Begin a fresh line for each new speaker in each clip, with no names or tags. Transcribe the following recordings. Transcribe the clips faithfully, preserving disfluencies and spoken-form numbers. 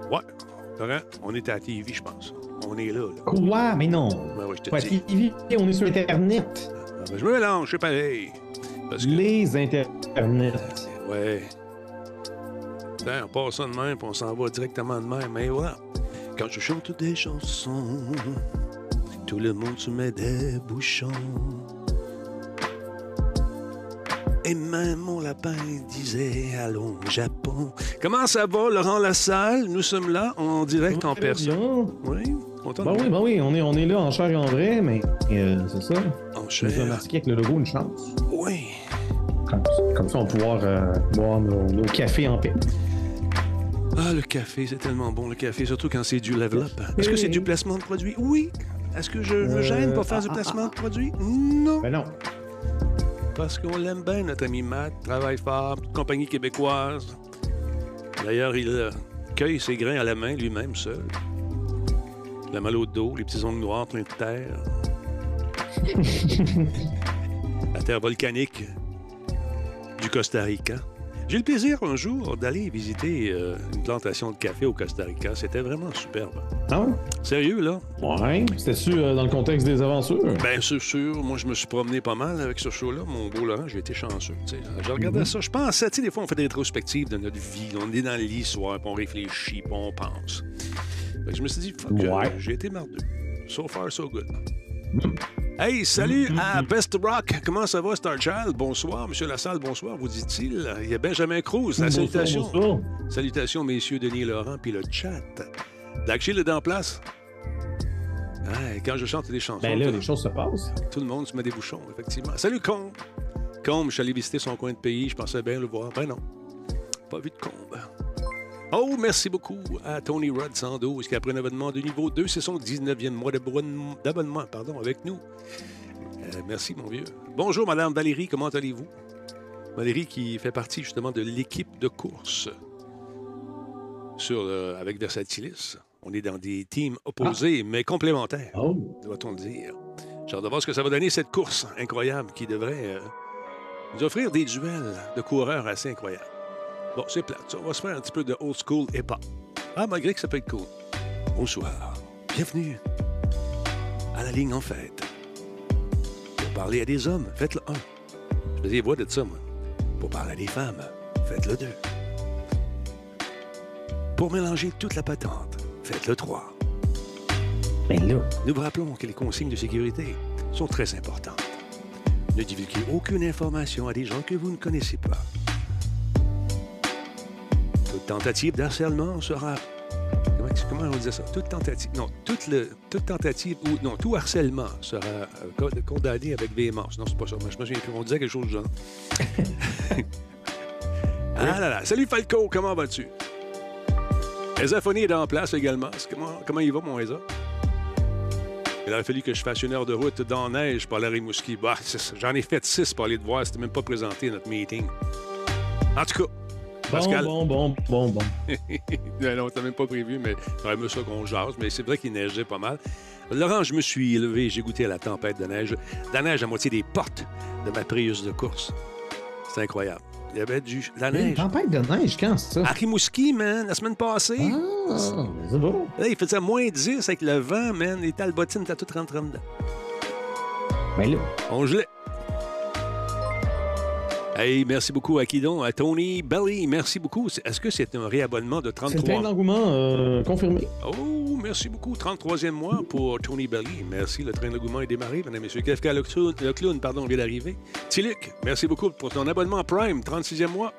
Ouais. Laurent, on est à la T V, je pense. On est là. là.
Quoi? Mais non.
Ben ouais, je te
Pas
dis.
T V, on est sur Internet.
Ah, ben, je me mélange, c'est pareil. Parce que...
Les Internets.
Ouais. Tiens, on passe ça de même, puis on s'en va directement de même. Mais voilà. Quand je chante des chansons, tout le monde se met des bouchons. Et même mon lapin disait « Allons au Japon ». Comment ça va, Laurent Lassalle? Nous sommes là, en direct, en personne. Oui, content
Ben
de
oui, ben oui, on est, on est là en chair et en vrai, mais euh, c'est ça.
En chair.
On a marqué avec le logo une chance.
Oui.
Comme, comme ça, on va pouvoir euh, boire nos, nos cafés en paix.
Ah, le café, c'est tellement bon, le café, surtout quand c'est du level up. Est-ce que c'est du placement de produit? Oui. Est-ce que je me gêne pour faire
euh,
du
ah,
placement
ah,
de produit? Non.
Ben non.
Parce qu'on l'aime bien, notre ami Matt, travaille fort, compagnie québécoise. D'ailleurs, il euh, cueille ses grains à la main, lui-même, seul. La mal au dos, les petits ongles noirs pleins de terre. La terre volcanique du Costa Rica. J'ai le plaisir un jour d'aller visiter euh, une plantation de café au Costa Rica. C'était vraiment superbe.
Ah ouais?
Sérieux, là?
Ouais. C'était-tu euh, dans le contexte des aventures?
Bien, c'est sûr. Moi, je me suis promené pas mal avec ce show-là. Mon beau Laurent, j'ai été chanceux. T'sais. Je regardais mm-hmm. ça. Je pensais, tu sais, des fois, on fait des rétrospectives de notre vie. On est dans le lit soir, puis on réfléchit, puis on pense. Fait que je me suis dit, fuck, ouais. euh, j'ai été mardeux. So far, so good. Mm. Hey, salut mm-hmm. à Best Rock. Comment ça va, Star Child? Bonsoir, Monsieur Lassalle, bonsoir, vous dit-il. Il y a Benjamin Cruz. La salutation.
Bonsoir.
Salutations, messieurs Denis et Laurent, puis le chat. Dagchill est en place. Ouais, quand je chante des chansons...
Ben là,
tout,
les choses se passent.
Tout le monde se met des bouchons, effectivement. Salut, Combe! Combe, je suis allé visiter son coin de pays. Je pensais bien le voir. Ben non, pas vu de Combe. Oh, merci beaucoup à Tony Rod cent douze qui a pris un abonnement de niveau deux. C'est son dix-neuvième mois d'abonnement pardon, avec nous. Euh, merci, mon vieux. Bonjour, Madame Valérie. Comment allez-vous? Valérie qui fait partie, justement, de l'équipe de course sur, euh, avec Versatilis. On est dans des teams opposés, ah. mais complémentaires, oh. doit-on le dire. J'ai hâte de voir ce que ça va donner, cette course incroyable qui devrait euh, nous offrir des duels de coureurs assez incroyables. Bon, c'est plate. On va se faire un petit peu de old school hip-hop. Ah, malgré que ça peut être cool. Bonsoir. Bienvenue à la ligne en fête. Pour parler à des hommes, faites le un. Je faisais voix de ça, moi. Pour parler à des femmes, faites le deux. Pour mélanger toute la patente, faites le trois.
Mais là...
Nous vous rappelons que les consignes de sécurité sont très importantes. Ne divulguez aucune information à des gens que vous ne connaissez pas. Toute tentative d'harcèlement sera... Comment, comment on disait ça? Toute tentative... Non, toute, le, toute tentative... ou Non, tout harcèlement sera euh, condamné avec véhémence. Non, c'est pas ça. Moi, je me souviens plus. On disait quelque chose du genre. Ah là là. Salut Falco, comment vas-tu? Ezaphonie est en place également. Comment, comment il va, mon Eza? Il aurait fallu que je fasse une heure de route dans la neige pour aller à Rimouski. Bah, j'en ai fait six pour aller te voir. C'était même pas présenté notre meeting. En tout cas, Pascal...
Bon, bon, bon, bon, bon.
non, non, t'as même pas prévu, mais j'aurais aimé ça qu'on jase. Mais c'est vrai qu'il neigeait pas mal. Laurent, je me suis élevé, j'ai goûté à la tempête de neige. De la neige à moitié des portes de ma Prius de course. C'est incroyable. Il y avait du, de la neige.
Une tempête de neige, quand ça?
À Rimouski, man, la semaine passée.
Ah, c'est bon.
Là, il faisait moins dix avec le vent, man. Les talbotines étaient toutes rentrées dedans.
Mais là...
On gelait. Hey, merci beaucoup à qui donc? À Tony Belly, merci beaucoup. Est-ce que c'est un réabonnement de trente-trois?
C'est plein d'engouement euh, confirmé.
Oh, merci beaucoup. trente-troisième mois pour Tony Belly. Merci, le train d'engouement est démarré, mesdames et messieurs. K F K, le clown, le clown pardon, vient d'arriver. Tiluc, merci beaucoup pour ton abonnement Prime, trente-sixième mois.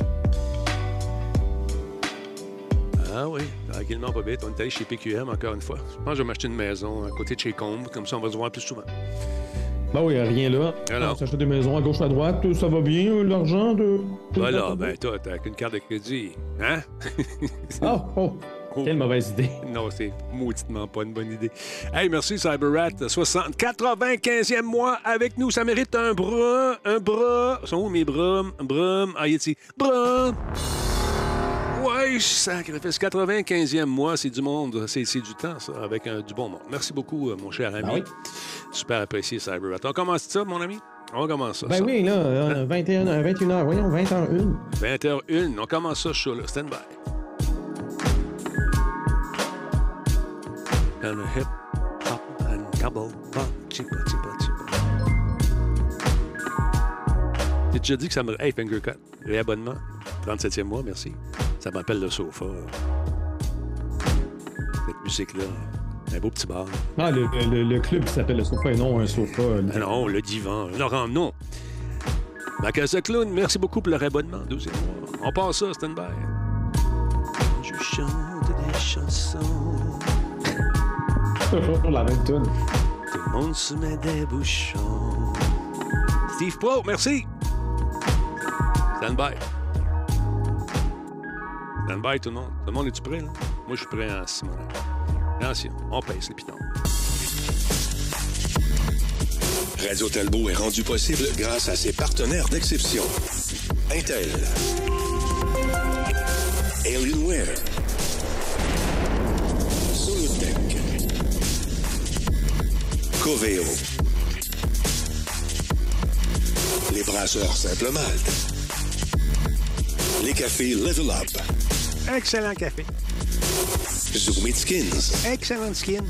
Ah oui, tranquillement, pas vite. On est allé chez P Q M encore une fois. Je pense que je vais m'acheter une maison à côté de chez Combe, comme ça on va se voir plus souvent.
Ben oui, rien là.
Alors,
on s'achète des maisons à gauche, à droite. Ça va bien, l'argent de...
Voilà, ben toi, t'as qu'une carte de crédit. Hein?
oh, oh, quelle mauvaise idée.
Non, c'est mauditement pas une bonne idée. Hey, merci CyberRat. soixante... quatre-vingt-quinzième mois avec nous. Ça mérite un bras, un bras. Sont où mes bras? Bras. Ah, il est ici. Bras. Ouais, sacrifice. quatre-vingt-quinzième mois, c'est du monde. C'est, c'est du temps, ça, avec un, du bon monde. Merci beaucoup, mon cher ami. Ah oui. Super apprécié, CyberRat. On commence ça, mon ami? On commence ça.
Ben
ça.
oui, là, euh, vingt et une heures, vingt et une heures, voyons, vingt heures une.
vingt heures une, on commence ça, ce show-là. Stand by. And a hip hop and cowboy bop, chipa, chipa, chipa. J'ai déjà dit que ça me... Hey, Fingercut, réabonnement, trente-septième mois, merci. Ça m'appelle le sofa. Cette musique-là, un beau petit bar.
Ah, le, le, le club qui s'appelle le sofa et non un sofa. Le...
Ah non, le divan. Laurent, non. Ma case de clown, merci beaucoup pour le réabonnement, douzième mois. On passe ça, stand-by. Je chante des chansons.
La même tune.
Tout le monde se met des bouchons. Steve Pro, merci. Stand by. Stand by, tout le monde. Tout le monde, es-tu prêt, là? Moi, je suis prêt en six mois. Attention, on pèse les pitons.
Radio Talbot est rendu possible grâce à ses partenaires d'exception. Intel. Alienware. Solutech. Coveo. Les brasseurs Simple Malte. Les cafés Level Up.
Excellent café.
Zoomit Skins.
Excellent skin.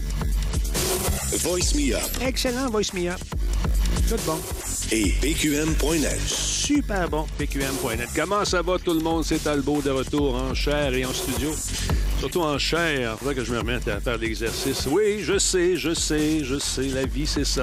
Voice Me Up.
Excellent Voice Me Up. Tout bon.
Et P Q M point net.
Super bon, P Q M point net. Comment ça va tout le monde? C'est Talbot de retour en chair et en studio. Surtout en chair. Il faudrait que je me remette à faire l'exercice. Oui, je sais, je sais, je sais. La vie, c'est ça.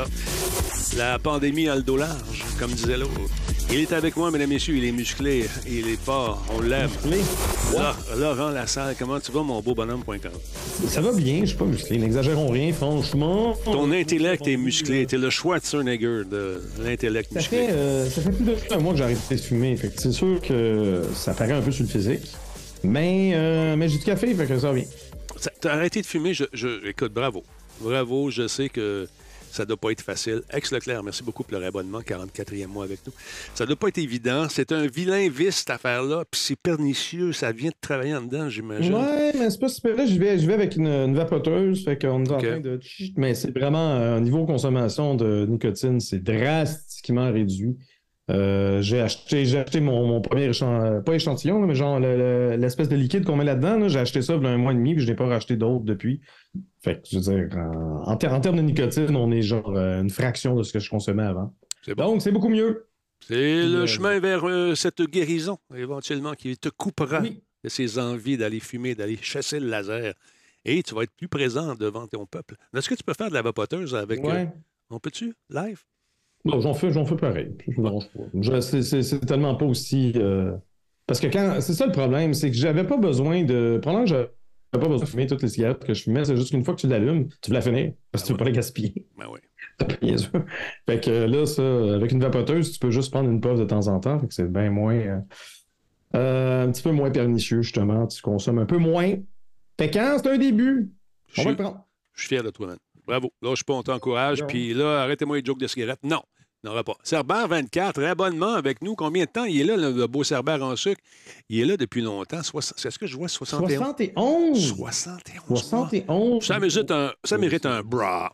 La pandémie a le dos large, comme disait l'autre. Il est avec moi, mesdames et messieurs. Il est musclé, il est fort. On l'aime.
Musclé?
Laurent, Laurent Lassalle, comment tu vas, mon beau bonhomme point com?
Ça va bien, je suis pas musclé. N'exagérons rien, franchement.
Ton intellect est musclé. T'es le Schwarzenegger de l'intellect
Ça
musclé.
fait, euh, ça fait plus d'un mois que j'ai arrêté de fumer. Fait que c'est sûr que ça paraît un peu sur le physique. Mais, euh, mais j'ai du café, fait que ça va bien.
Ça- T'as arrêté de fumer, je, je- écoute, bravo. Bravo, je sais que ça doit pas être facile. Ex-Leclerc, merci beaucoup pour le réabonnement, quarante-quatrième mois avec nous. Ça doit pas être évident. C'est un vilain vice, cette affaire-là, puis c'est pernicieux. Ça vient de travailler en dedans, j'imagine.
Ouais, mais c'est pas super. Là, je vais, je vais avec une, une vapoteuse, fait qu'on est en
Ok.
train de... Mais c'est vraiment, euh, au niveau consommation de nicotine, c'est drastiquement réduit. Euh, j'ai acheté, j'ai acheté mon, mon premier échantillon, pas échantillon, là, mais genre le- le- l'espèce de liquide qu'on met là-dedans. Là, j'ai acheté ça il y a un mois et demi, puis je n'ai pas racheté d'autres depuis. Fait que, je veux dire, en, en, ter- en termes de nicotine, on est genre euh, une fraction de ce que je consommais avant.
C'est bon.
Donc, c'est beaucoup mieux.
C'est le
euh,
chemin vers euh, cette guérison, éventuellement, qui te coupera
Oui.
de ces envies d'aller fumer, d'aller chasser le laser. Et tu vas être plus présent devant ton peuple. Est-ce que tu peux faire de la vapoteuse avec... euh,
Ouais.
on peut-tu? Live?
Non, j'en fais, j'en fais pareil. Je me dérange pas. Je- c'est, c'est- c'est tellement pas aussi. euh, Parce que quand. C'est ça le problème, c'est que j'avais pas besoin de. Pendant que j'avais pas besoin de fumer toutes les cigarettes que je fumais, c'est juste qu'une fois que tu l'allumes, tu veux la finir. Parce que tu veux pas la gaspiller.
Ben oui.
Bien sûr. Fait que là, ça, avec une vapoteuse, tu peux juste prendre une puff de temps en temps. Fait que c'est bien moins. euh, euh, un petit peu moins pernicieux, justement. Tu consommes un peu moins. Fait que quand c'est un début,
Je
on va
suis-
le prendre.
Je suis fier de toi, man. Bravo. Là, je suis pas, on t'encourage.
Non.
Puis là, arrêtez-moi les jokes de cigarettes. Non, il n'aura pas. Cerbère vingt-quatre, réabonnement avec nous. Combien de temps il est là, le, le beau Cerbère en sucre? Il est là depuis longtemps. soixante Est-ce que je vois soixante et onze?
soixante et onze.
soixante et onze.
soixante et onze.
Ça mérite un, ça mérite un bra.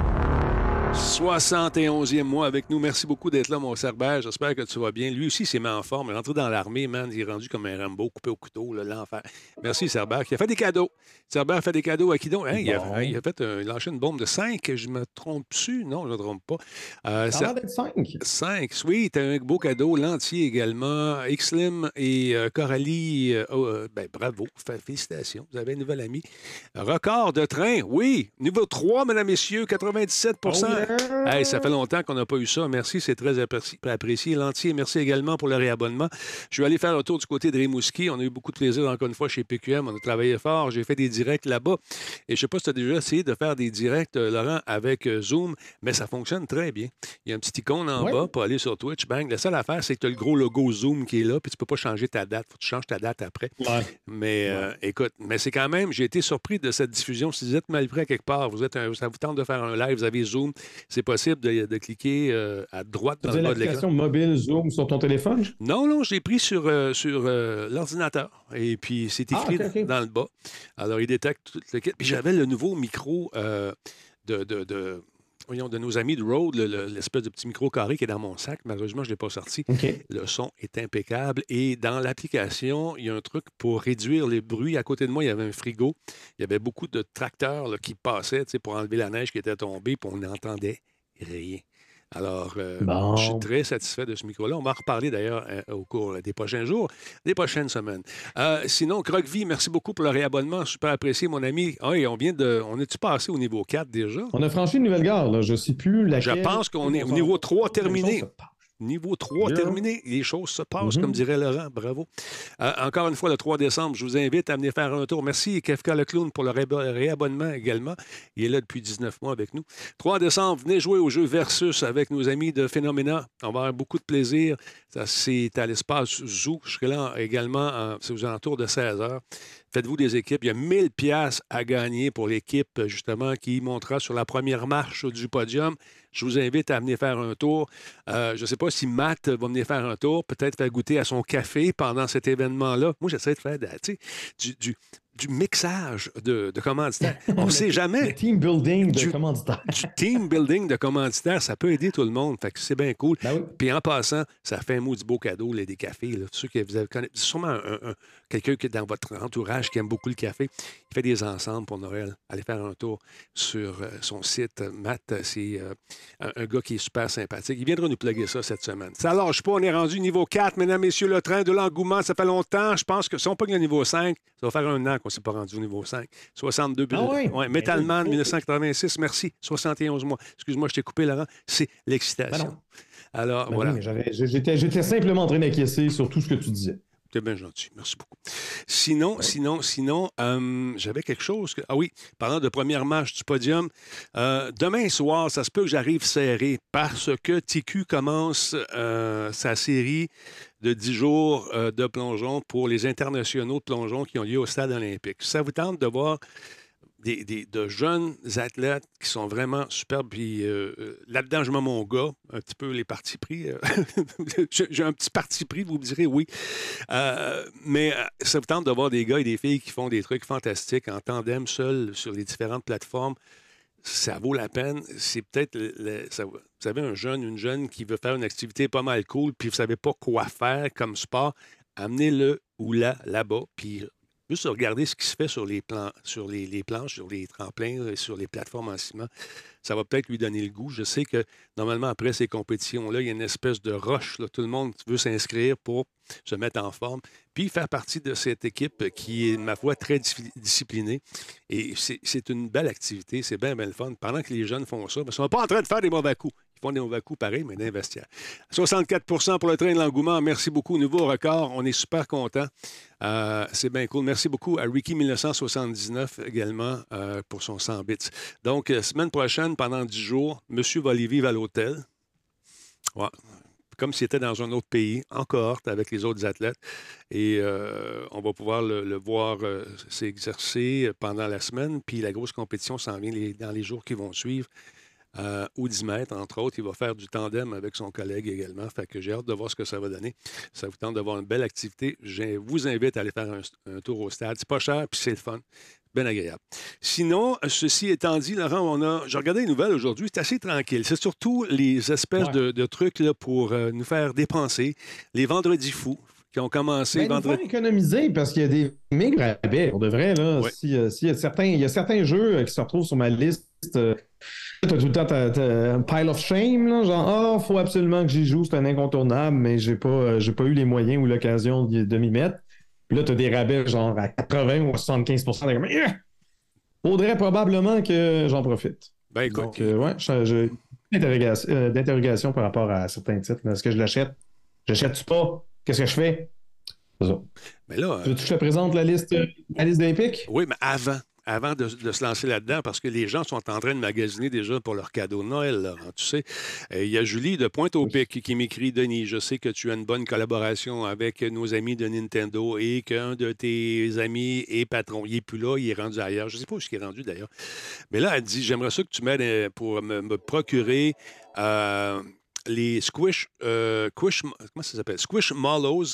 soixante et onzième mois avec nous. Merci beaucoup d'être là, mon Cerbère. J'espère que tu vas bien. Lui aussi, il s'est mis en forme. Il est rentré dans l'armée, man. Il est rendu comme un Rambo, coupé au couteau, là, l'enfer. Merci, Cerbère, qui a fait des cadeaux. Cerbère fait des cadeaux à qui donc? Hein, il, a,
Bon.
il a fait un, il a lâché une bombe de cinq. Je me trompe-tu? Non, je ne me trompe pas. Euh,
Ça a
Cer-
l'air d'être cinq.
cinq, oui, t'as un beau cadeau, l'entier également. X-Slim et euh, Coralie, euh, oh, euh, ben, bravo, F- félicitations, vous avez un nouvel ami. Record de train, oui, niveau trois, mesdames, messieurs, quatre-vingt-dix-sept pour cent.
Oh yeah!
Hey, ça fait longtemps qu'on n'a pas eu ça. Merci, c'est très appréci- apprécié. L'entier, merci également pour le réabonnement. Je vais aller faire le tour du côté de Rimouski. On a eu beaucoup de plaisir encore une fois chez P Q M. On a travaillé fort. J'ai fait des directs là-bas. Et je ne sais pas si tu as déjà essayé de faire des directs, euh, Laurent, avec euh, Zoom, mais ça fonctionne très bien. Il y a un petit icône en
Ouais.
bas pour aller sur Twitch. Bang. La seule affaire, c'est que tu as le gros logo Zoom qui est là, puis tu ne peux pas changer ta date. Faut que tu changes ta date après.
Ouais.
Mais euh, écoute, mais c'est quand même, j'ai été surpris de cette diffusion. Si vous êtes mal pris à quelque part, vous êtes un- ça vous tente de faire un live, vous avez Zoom, c'est possible de, de cliquer euh, à droite
Tu
dans
as
le bas de l'écran.
l'application mobile Zoom sur ton téléphone?
Non, non, je l'ai pris sur, euh, sur euh, l'ordinateur. Et puis, c'est
Ah,
écrit
ok, ok.
dans le bas. Alors, il détecte tout le kit. Puis, j'avais le nouveau micro euh, de, de, de voyons, de nos amis de Rode, le- le- l'espèce de petit micro carré qui est dans mon sac. Malheureusement, je ne l'ai pas sorti.
OK.
Le son est impeccable. Et dans l'application, il y a un truc pour réduire les bruits. À côté de moi, il y avait un frigo. Il y avait beaucoup de tracteurs là, qui passaient tu sais, pour enlever la neige qui était tombée, puis on n'entendait rien. Alors, euh, je suis
Bon.
très satisfait de ce micro-là. On va en reparler d'ailleurs euh, au cours des prochains jours, des prochaines semaines. Euh, sinon, Croque-Vie, merci beaucoup pour le réabonnement. Super apprécié, mon ami. Ah, et on vient de. On est-tu passé au niveau quatre déjà?
On a franchi une nouvelle gare, là. Je ne sais plus laquelle.
Je pense qu'on est au
s'en
niveau
va.
trois terminé.
Les choses se passent.
Niveau trois
Yeah.
terminé. Les choses se passent,
Mhm.
comme dirait Laurent. Bravo. Euh, encore une fois, le trois décembre, je vous invite à venir faire un tour. Merci, Kefka le clown, pour le réab- réabonnement également. Il est là depuis dix-neuf mois avec nous. trois décembre, venez jouer au jeu Versus avec nos amis de Phénoména. On va avoir beaucoup de plaisir. Ça, c'est à l'espace Zoo. Je serai là également, euh, c'est aux alentours de seize heures. Faites-vous des équipes. Il y a mille piastres à gagner pour l'équipe, justement, qui montera sur la première marche du podium. Je vous invite à venir faire un tour. Euh, je ne sais pas si Matt va venir faire un tour, peut-être faire goûter à son café pendant cet événement-là. Moi, j'essaie de faire de- tu sais, du, du, du mixage de, de commanditaires. On ne sait
Le
jamais.
team building de
Du-
commanditaire.
Du team building de commanditaires, ça peut aider tout le monde. Fait que c'est bien cool.
Ben oui.
Puis en passant, ça fait un maudit beau cadeau, là, des cafés. Là. Ceux que vous avez conna- sûrement un- un- quelqu'un qui est dans votre entourage qui aime beaucoup le café. Il fait des ensembles pour Noël. Allez faire un tour sur euh, son site. Matt, c'est euh, un, un gars qui est super sympathique. Il viendra nous plugger ça cette semaine. Ça lâche pas. On est rendu niveau quatre, mesdames, messieurs. Le train de l'engouement, ça fait longtemps. Je pense que si on pogne le niveau cinq, ça va faire un an qu'on ne s'est pas rendu au niveau cinq. soixante-deux
Ah oui?
ouais, Metalman, dix-neuf cent quatre-vingt-six, merci. soixante et onze mois. Excuse-moi, je t'ai coupé, Laurent. C'est l'excitation.
Ben non.
Alors,
Ben
voilà.
oui, mais j'avais- j'étais, j'étais simplement en train d'acquiescer sur tout ce que tu disais.
T'es bien gentil. Merci beaucoup. Sinon, sinon, sinon, euh, j'avais quelque chose. Que... Ah oui, parlant de première marche du podium, euh, demain soir, ça se peut que j'arrive serré parce que T Q commence euh, sa série de dix jours euh, de plongeon pour les internationaux de plongeon qui ont lieu au Stade olympique. Ça vous tente de voir des, des- de jeunes athlètes qui sont vraiment superbes. Puis euh, euh, là-dedans, je mets mon gars, un petit peu les partis pris. euh, J'ai j'ai un petit parti pris, vous me direz oui. Euh, mais euh, ça vous tente de voir des gars et des filles qui font des trucs fantastiques en tandem, seuls, sur les différentes plateformes. Ça vaut la peine. C'est peut-être, le- le- ça- vous savez, un jeune, une jeune qui veut faire une activité pas mal cool, puis vous ne savez pas quoi faire comme sport, amenez-le ou là, là-bas, puis juste regarder ce qui se fait sur les, plans, sur les, les planches, sur les tremplins, euh, sur les plateformes en ciment. Ça va peut-être lui donner le goût. Je sais que normalement, après ces compétitions-là, il y a une espèce de rush. Là. Tout le monde veut s'inscrire pour se mettre en forme, puis faire partie de cette équipe qui est, ma foi, très dis- disciplinée. Et c'est c'est une belle activité, c'est bien, bien le fun. Pendant que les jeunes font ça, mais ils ne sont pas en train de faire des mauvais coups. Ils font des mauvais coups pareil, mais d'investir. soixante-quatre pour cent pour le train de l'engouement. Merci beaucoup. Nouveau record. On est super contents. Euh, c'est bien cool. Merci beaucoup à Ricky mille neuf cent soixante-dix-neuf également euh, pour son cent bits. Donc, euh, semaine prochaine, pendant dix jours, monsieur va aller vivre à l'hôtel. Ouais. Comme s'il était dans un autre pays, en cohorte avec les autres athlètes. Et euh, on va pouvoir le, le voir euh, s'exercer pendant la semaine. Puis la grosse compétition s'en vient les- dans les jours qui vont suivre. Euh, au dix mètres, entre autres. Il va faire du tandem avec son collègue également. Fait que j'ai hâte de voir ce que ça va donner. Ça vous tente d'avoir une belle activité. Je vous invite à aller faire un, un tour au stade. C'est pas cher, puis c'est le fun. Bien agréable. Sinon, ceci étant dit, Laurent, on a. J'ai regardé les nouvelles aujourd'hui, c'est assez tranquille. C'est surtout les espèces
Ouais.
de, de trucs là, pour euh, nous faire dépenser. Les vendredis fous qui ont commencé
Ben, nous
vendredi.
faire économiser parce qu'il y a des maigres rabais, pour de vrai. Là.
Ouais.
Si, euh, s'il y a certains, il y a certains jeux euh, qui se retrouvent sur ma liste. Euh, tu as tout le temps ta- ta- un pile of shame, là, genre, ah, il faut absolument que j'y joue, c'est un incontournable, mais j'ai pas, euh, j'ai pas eu les moyens ou l'occasion d'y- de m'y mettre. Puis là, tu as des rabais genre à quatre-vingts ou à soixante-quinze pour cent. Comme, eh! Faudrait probablement que j'en profite.
Ben écoute,
Donc, euh, ouais, j'ai j'ai une interrogation, euh, d'interrogation par rapport à certains titres. là. Est-ce que je l'achète? J'achète-tu pas? Qu'est-ce que je fais? C'est ça.
mais là, euh,
Tu veux que je te présente la liste, euh, la liste d'Olympiques?
oui, mais avant, avant de, de se lancer là-dedans, parce que les gens sont en train de magasiner déjà pour leur cadeau de Noël, Laurent, tu sais. Euh, Il y a Julie de Pointe-au-Pic qui, qui m'écrit, Denis, je sais que tu as une bonne collaboration avec nos amis de Nintendo et qu'un de tes amis est patron. Il n'est plus là, il est rendu ailleurs. Je ne sais pas où il est rendu d'ailleurs. Mais là, elle dit, j'aimerais ça que tu m'aides euh, pour me, me procurer euh, les Squish, euh, Squish, comment ça s'appelle? Squish Mallows.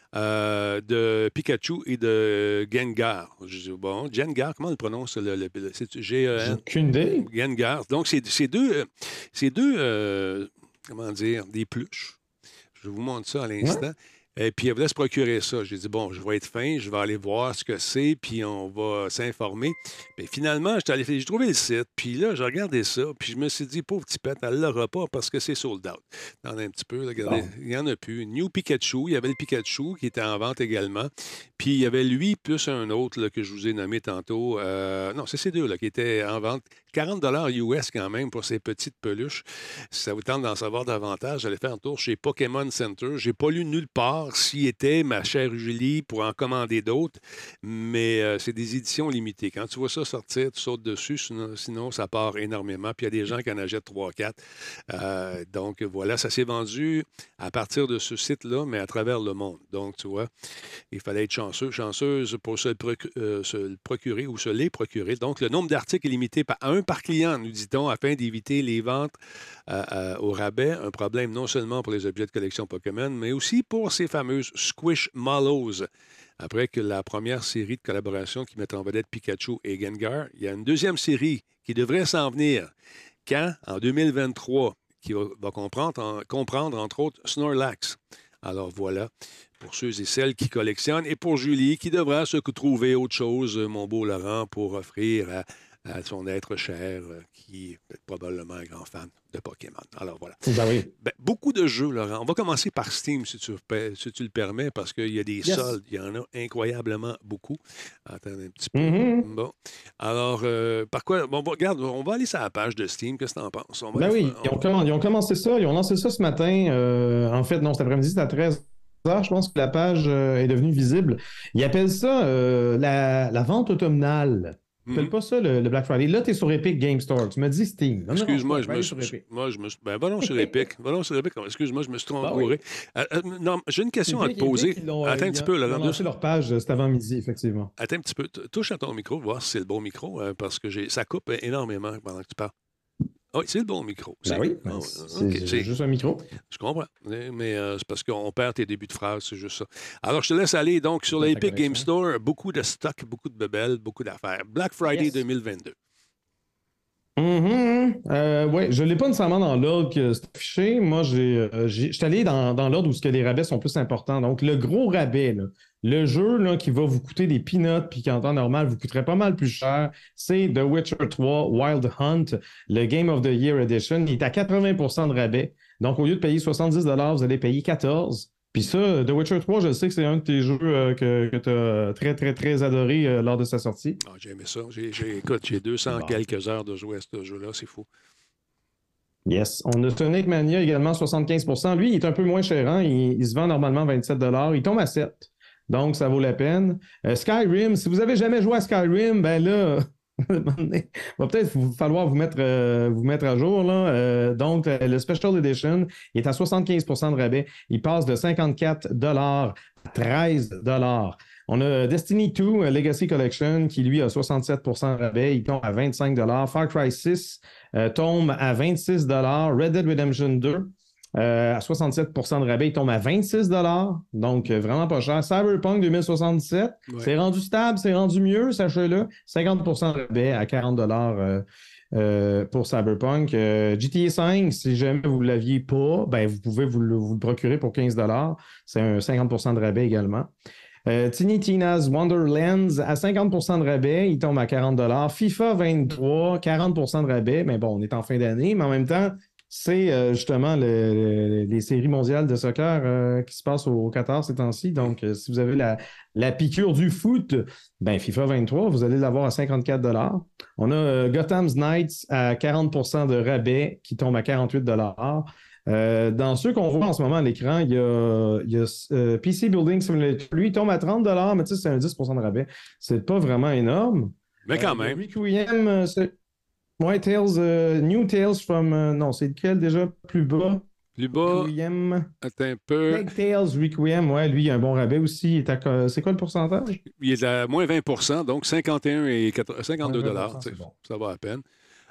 euh, de Pikachu et de Gengar. Je dis, bon, Gengar, comment on le prononce? Le, le, le, c'est, j'ai, euh,
J'ai aucune idée.
Gengar. Donc, c'est, c'est deux, euh, c'est deux euh, comment dire, des pluches. Je vous montre ça à l'instant. Ouais. Et puis, elle voulait se procurer ça. J'ai dit, bon, je vais être fin, je vais aller voir ce que c'est, puis on va s'informer. Puis finalement, allé, j'ai trouvé le site, puis là, j'ai regardé ça, puis je me suis dit, pauvre petit pète, elle ne l'aura pas parce que c'est sold out. Dans un petit peu, là, regardez, il n'y en a plus. New Pikachu, il y avait le Pikachu qui était en vente également. Puis il y avait lui, plus un autre là, que je vous ai nommé tantôt. Euh, non, c'est ces deux là, qui étaient en vente. quarante dollars U S quand même pour ces petites peluches. Si ça vous tente d'en savoir davantage, j'allais faire un tour chez Pokémon Center. Je n'ai pas lu nulle part s'il était, ma chère Julie, pour en commander d'autres, mais euh, c'est des éditions limitées. Quand tu vois ça sortir, tu sautes dessus, sinon, sinon ça part énormément. Puis il y a des gens qui en achètent trois quatre. Euh, donc voilà, ça s'est vendu à partir de ce site-là, mais à travers le monde. Donc tu vois, il fallait être chanceux, chanceuse pour se le, procu- euh, se le procurer ou se les procurer. Donc le nombre d'articles est limité par un par client, nous dit-on, afin d'éviter les ventes euh, euh, au rabais. Un problème non seulement pour les objets de collection Pokémon, mais aussi pour ces fameuses Squishmallows. Après que la première série de collaborations qui met en vedette Pikachu et Gengar, il y a une deuxième série qui devrait s'en venir. Quand? En deux mille vingt-trois, qui va, va comprendre, en, comprendre, entre autres, Snorlax. Alors voilà, pour ceux et celles qui collectionnent, et pour Julie, qui devra se trouver autre chose, mon beau Laurent, pour offrir à à son être cher, euh, qui est probablement un grand fan de Pokémon. Alors voilà.
Ben oui.
Ben, beaucoup de jeux, Laurent. On va commencer par Steam, si tu, si tu le permets, parce qu'il y a des yes. soldes. Il y en a incroyablement beaucoup. Attends un petit peu. Mm-hmm. Bon. Alors, euh, par quoi? Bon, regarde, on va aller sur la page de Steam. Qu'est-ce que tu en penses? On va
ben oui,
faire, on...
ils, ont comm- ils ont commencé ça. Ils ont lancé ça ce matin. Euh, en fait, non, cet après-midi, c'est à treize heures. Je pense que la page euh, est devenue visible. Ils appellent ça euh, la, la vente automnale. Tu n'appelles pas ça le, le Black Friday. Là, tu es sur Epic Game Store. Tu me dis Steam. Non,
Excuse-moi,
non,
je me suis. Moi, je me suis. Ben, va donc sur Epic. Va donc sur Epic. Excuse-moi, je me suis trompé. Oui. Euh, euh, non, j'ai une question Epic, à te poser. Epic,
ont,
Attends un petit peu, Laurent.
Ils ont lancé leur page, c'était avant midi, effectivement.
Attends un petit peu. Touche à ton micro, voir si c'est le bon micro, hein, parce que j'ai... ça coupe énormément pendant que tu parles. Oui, c'est le bon micro.
Ben
c'est...
oui, ben,
oh,
c'est,
okay.
c'est juste un micro.
Je comprends. Mais euh, c'est parce qu'on perd tes débuts de phrase, c'est juste ça. Alors, je te laisse aller. Donc, sur l'Epic Game Store, beaucoup de stock, beaucoup de bebelles, beaucoup d'affaires. Black Friday yes. deux mille vingt-deux.
Mm-hmm. Euh, oui, je ne l'ai pas nécessairement dans l'ordre que c'est affiché. Moi, j'ai, euh, j'ai, je suis allé dans, dans l'ordre où les rabais sont plus importants. Donc, le gros rabais, là, le jeu là, qui va vous coûter des peanuts puis qui en temps normal vous coûterait pas mal plus cher, c'est The Witcher trois Wild Hunt, le Game of the Year Edition. Il est à quatre-vingts pour cent de rabais. Donc, au lieu de payer soixante-dix dollars, vous allez payer quatorze. Puis ça, The Witcher trois, je sais que c'est un de tes jeux euh, que, que tu as très, très, très adoré euh, lors de sa sortie.
Ah, j'ai aimé ça. J'ai, j'ai, écoute, j'ai deux cents bon. quelques heures de jouer à ce jeu-là. C'est fou.
Yes. On a Sonic Mania également, soixante-quinze pour cent. Lui, il est un peu moins cher. Hein? Il, il se vend normalement vingt-sept dollars. Il tombe à sept. Donc, ça vaut la peine. Euh, Skyrim, si vous n'avez jamais joué à Skyrim, ben là, il va peut-être vous falloir vous mettre, euh, vous mettre à jour. Là. Euh, donc, le Special Edition il est à soixante-quinze pour cent de rabais. Il passe de cinquante-quatre dollars à treize dollars. On a Destiny deux Legacy Collection qui, lui, a soixante-sept pour cent de rabais. Il tombe à vingt-cinq dollars. Far Cry six euh, tombe à vingt-six dollars. Red Dead Redemption deux Euh, à soixante-sept pour cent de rabais, il tombe à vingt-six dollars. Donc, euh, vraiment pas cher. Cyberpunk deux mille soixante-dix-sept, ouais. C'est rendu stable, c'est rendu mieux, sachez-le. cinquante pour cent de rabais à quarante dollars euh, euh, pour Cyberpunk. Euh, G T A cinq, si jamais vous ne l'aviez pas, ben, vous pouvez vous le, vous le procurer pour quinze dollars. C'est un cinquante pour cent de rabais également. Euh, Tiny Tina's Wonderlands à cinquante pour cent de rabais, il tombe à quarante dollars. FIFA vingt-trois, quarante pour cent de rabais. Mais bon, on est en fin d'année, mais en même temps, c'est euh, justement le, le, les séries mondiales de soccer euh, qui se passent au, au Qatar ces temps-ci. Donc, euh, si vous avez la, la piqûre du foot, ben FIFA vingt-trois, vous allez l'avoir à cinquante-quatre dollars. On a euh, Gotham's Knights à quarante pour cent de rabais qui tombe à quarante-huit dollars. Euh, dans ceux qu'on voit en ce moment à l'écran, il y a, il y a euh, P C Building Simulator. Lui, il tombe à trente dollars, mais tu sais, c'est un dix pour cent de rabais. C'est pas vraiment énorme.
Mais quand
euh,
même.
Requiem, c'est... Ouais, Tales, uh, New Tales from... Uh, non, c'est lequel déjà? Plus bas?
Plus bas.
Requiem.
Attends un peu.
Plague Tales, Requiem, ouais, lui, il a un bon rabais aussi. Il est à... C'est quoi le pourcentage?
Il est à moins vingt pour cent, donc cinquante et un et cinquante-deux dollars. Bon. Ça va à peine.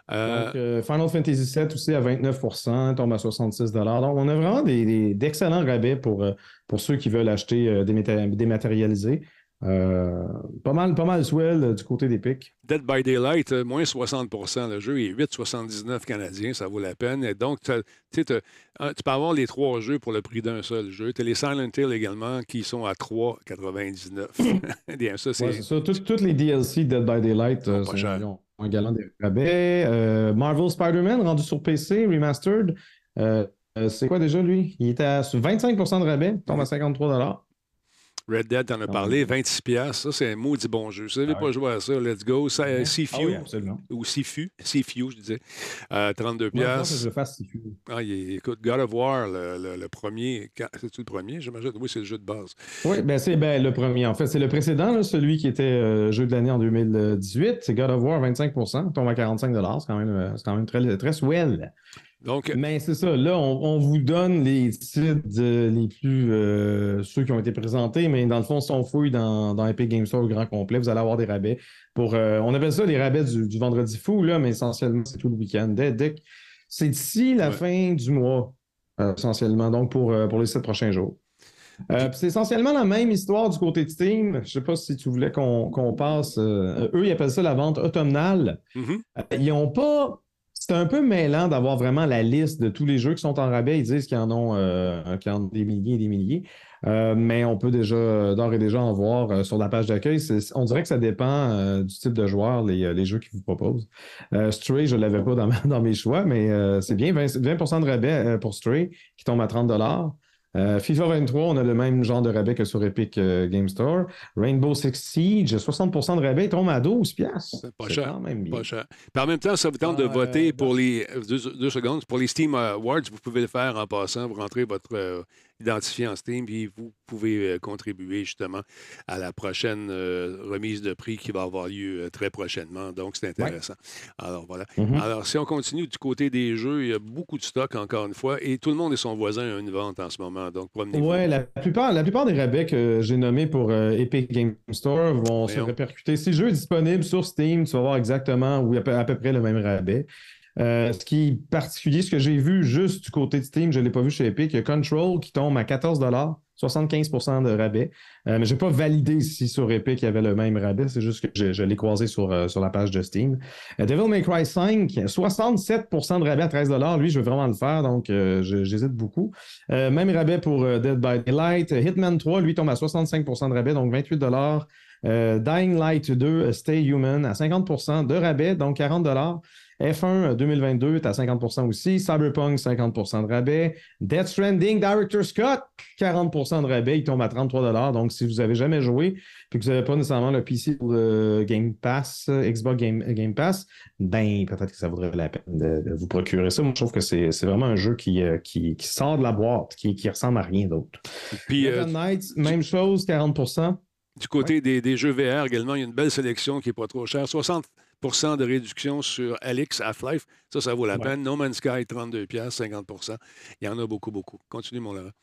Euh,
Donc, euh, Final Fantasy sept aussi à vingt-neuf pour cent, tombe à soixante-six dollars. Donc, on a vraiment des, des- d'excellents rabais pour, euh, pour ceux qui veulent acheter euh, dématé- dématérialisé. Euh, pas mal, pas mal swell euh, du côté d'Epic.
Dead by Daylight, euh, moins soixante pour cent. Le jeu est huit virgule soixante-dix-neuf canadiens, ça vaut la peine. Et donc, t'as- tu sais, t'as- un- tu peux avoir les trois jeux pour le prix d'un seul jeu. Tu as les Silent Hill également qui sont à trois virgule quatre-vingt-dix-neuf. Bien, ça,
Ouais,
c'est
c'est ça. Tout- Toutes les D L C Dead by Daylight
sont
euh,
pas
sont,
chers.
ils ont un galant des rabais. Euh, Marvel Spider-Man rendu sur P C, remastered. Euh, euh, c'est quoi déjà lui? Il était à vingt-cinq pour cent de rabais, tombe à cinquante-trois dollars.
Red Dead, t'en as
Quand
parlé,
même.
vingt-six piastres. Ça, c'est un maudit bon jeu. Si vous n'avez
Ah
pas
oui.
joué à ça, let's go. Ça, euh,
Ah
Sifu,
oui, absolument.
ou Sifu, Sifu, je disais, euh, trente-deux
Moi, il va falloir que je
piastres.
le fasse si tu
Ah, il est- écoute, God of War, le, le- le premier, quand- c'est-tu le premier, j'imagine? Oui, c'est le jeu de base.
Oui, ben c'est ben, le premier. En fait, c'est le précédent, là, celui qui était euh, jeu de l'année en deux mille dix-huit. C'est God of War, vingt-cinq pour cent, tombe à quarante-cinq dollars. C'est quand même, euh, c'est quand même très, très swell.
Donc,
Mais c'est ça, là, on, on vous donne les titres euh, les plus. Euh, ceux qui ont été présentés, mais dans le fond, si on fouille dans, dans Epic Game Store au grand complet, vous allez avoir des rabais. Pour, euh, on appelle ça les rabais du, du vendredi fou, là, mais essentiellement, c'est tout le week-end. Dès, dès que- c'est d'ici la
Ouais.
fin du mois, euh, essentiellement, donc pour, euh, pour les sept prochains jours. Euh, puis c'est essentiellement la même histoire du côté de Steam. Je ne sais pas si tu voulais qu'on qu'on passe. Euh, eux, ils appellent ça la vente automnale.
mhm.
Euh, Ils n'ont pas. C'est un peu mêlant d'avoir vraiment la liste de tous les jeux qui sont en rabais. Ils disent qu'ils en ont, euh, qu'ils en ont des milliers et des milliers. Euh, mais on peut déjà, euh, d'ores et déjà en voir euh, sur la page d'accueil. C'est- On dirait que ça dépend euh, du type de joueur, les, euh, les jeux qu'ils vous proposent. Euh, Stray, je ne l'avais pas dans, ma- dans mes choix, mais euh, c'est bien. vingt, vingt pour cent de rabais euh, pour Stray, qui tombe à trente dollars. Euh, FIFA vingt-trois, on a le même genre de rabais que sur Epic euh, Game Store. Rainbow Six Siege, soixante pour cent de rabais, il tombe à douze piastres.
C'est pas
C'est
cher.
quand même bien.
Pas cher. Puis en même temps, ça vous tente de
Euh,
voter pour
dans-
les. Deux, deux secondes. Pour les Steam Awards, vous pouvez le faire en passant. Vous rentrez votre euh, identifiant en Steam, puis vous pouvez euh, contribuer justement à la prochaine euh, remise de prix qui va avoir lieu euh, très prochainement. Donc, c'est intéressant. Alors, voilà.
Mhm.
Alors, si on continue du côté des jeux, il y a beaucoup de stock, encore une fois, et tout le monde et son voisin a une vente en ce moment. Donc, promenez-vous.
Ouais, la plupart, la plupart des rabais que j'ai nommés pour euh, Epic Game Store vont se
Voyons.
répercuter. Si le jeu est disponible sur Steam, tu vas voir exactement ou à peu, à peu près le même rabais. Euh, ce qui est particulier, ce que j'ai vu juste du côté de Steam, je ne l'ai pas vu chez Epic, il y a Control qui tombe à quatorze dollars, soixante-quinze pour cent de rabais. Euh, mais je n'ai pas validé si sur Epic il y avait le même rabais, c'est juste que je, je l'ai croisé sur, euh, sur la page de Steam. Euh, Devil May Cry cinq, soixante-sept pour cent de rabais à treize dollars. Lui, je veux vraiment le faire, donc euh, je- j'hésite beaucoup. Euh, même rabais pour euh, Dead by Daylight. Hitman trois, lui, tombe à soixante-cinq pour cent de rabais, donc vingt-huit dollars. Euh, Dying Light deux, Stay Human, à cinquante pour cent de rabais, donc quarante dollars. F un deux mille vingt-deux est à cinquante pour cent aussi. Cyberpunk, cinquante pour cent de rabais. Death Stranding, Director Scott, quarante pour cent de rabais. Il tombe à trente-trois dollars. Donc, si vous n'avez jamais joué et que vous n'avez pas nécessairement le P C ou le Game Pass, Xbox Game, Game Pass, ben, peut-être que ça vaudrait la peine de, de vous procurer ça. Moi, je trouve que c'est c'est vraiment un jeu qui, euh, qui, qui sort de la boîte, qui, qui ressemble à rien d'autre.
Puis, euh,
Gotham Knights, même chose, quarante pour cent.
du côté des, des jeux V R également, il y a une belle sélection qui n'est pas trop chère. soixante pour cent de réduction sur Alex Half-Life. Ça, ça vaut la
Ouais.
peine. No Man's Sky, trente-deux piastres, cinquante pour cent. Il y en a beaucoup, beaucoup. Continue, mon Laurent.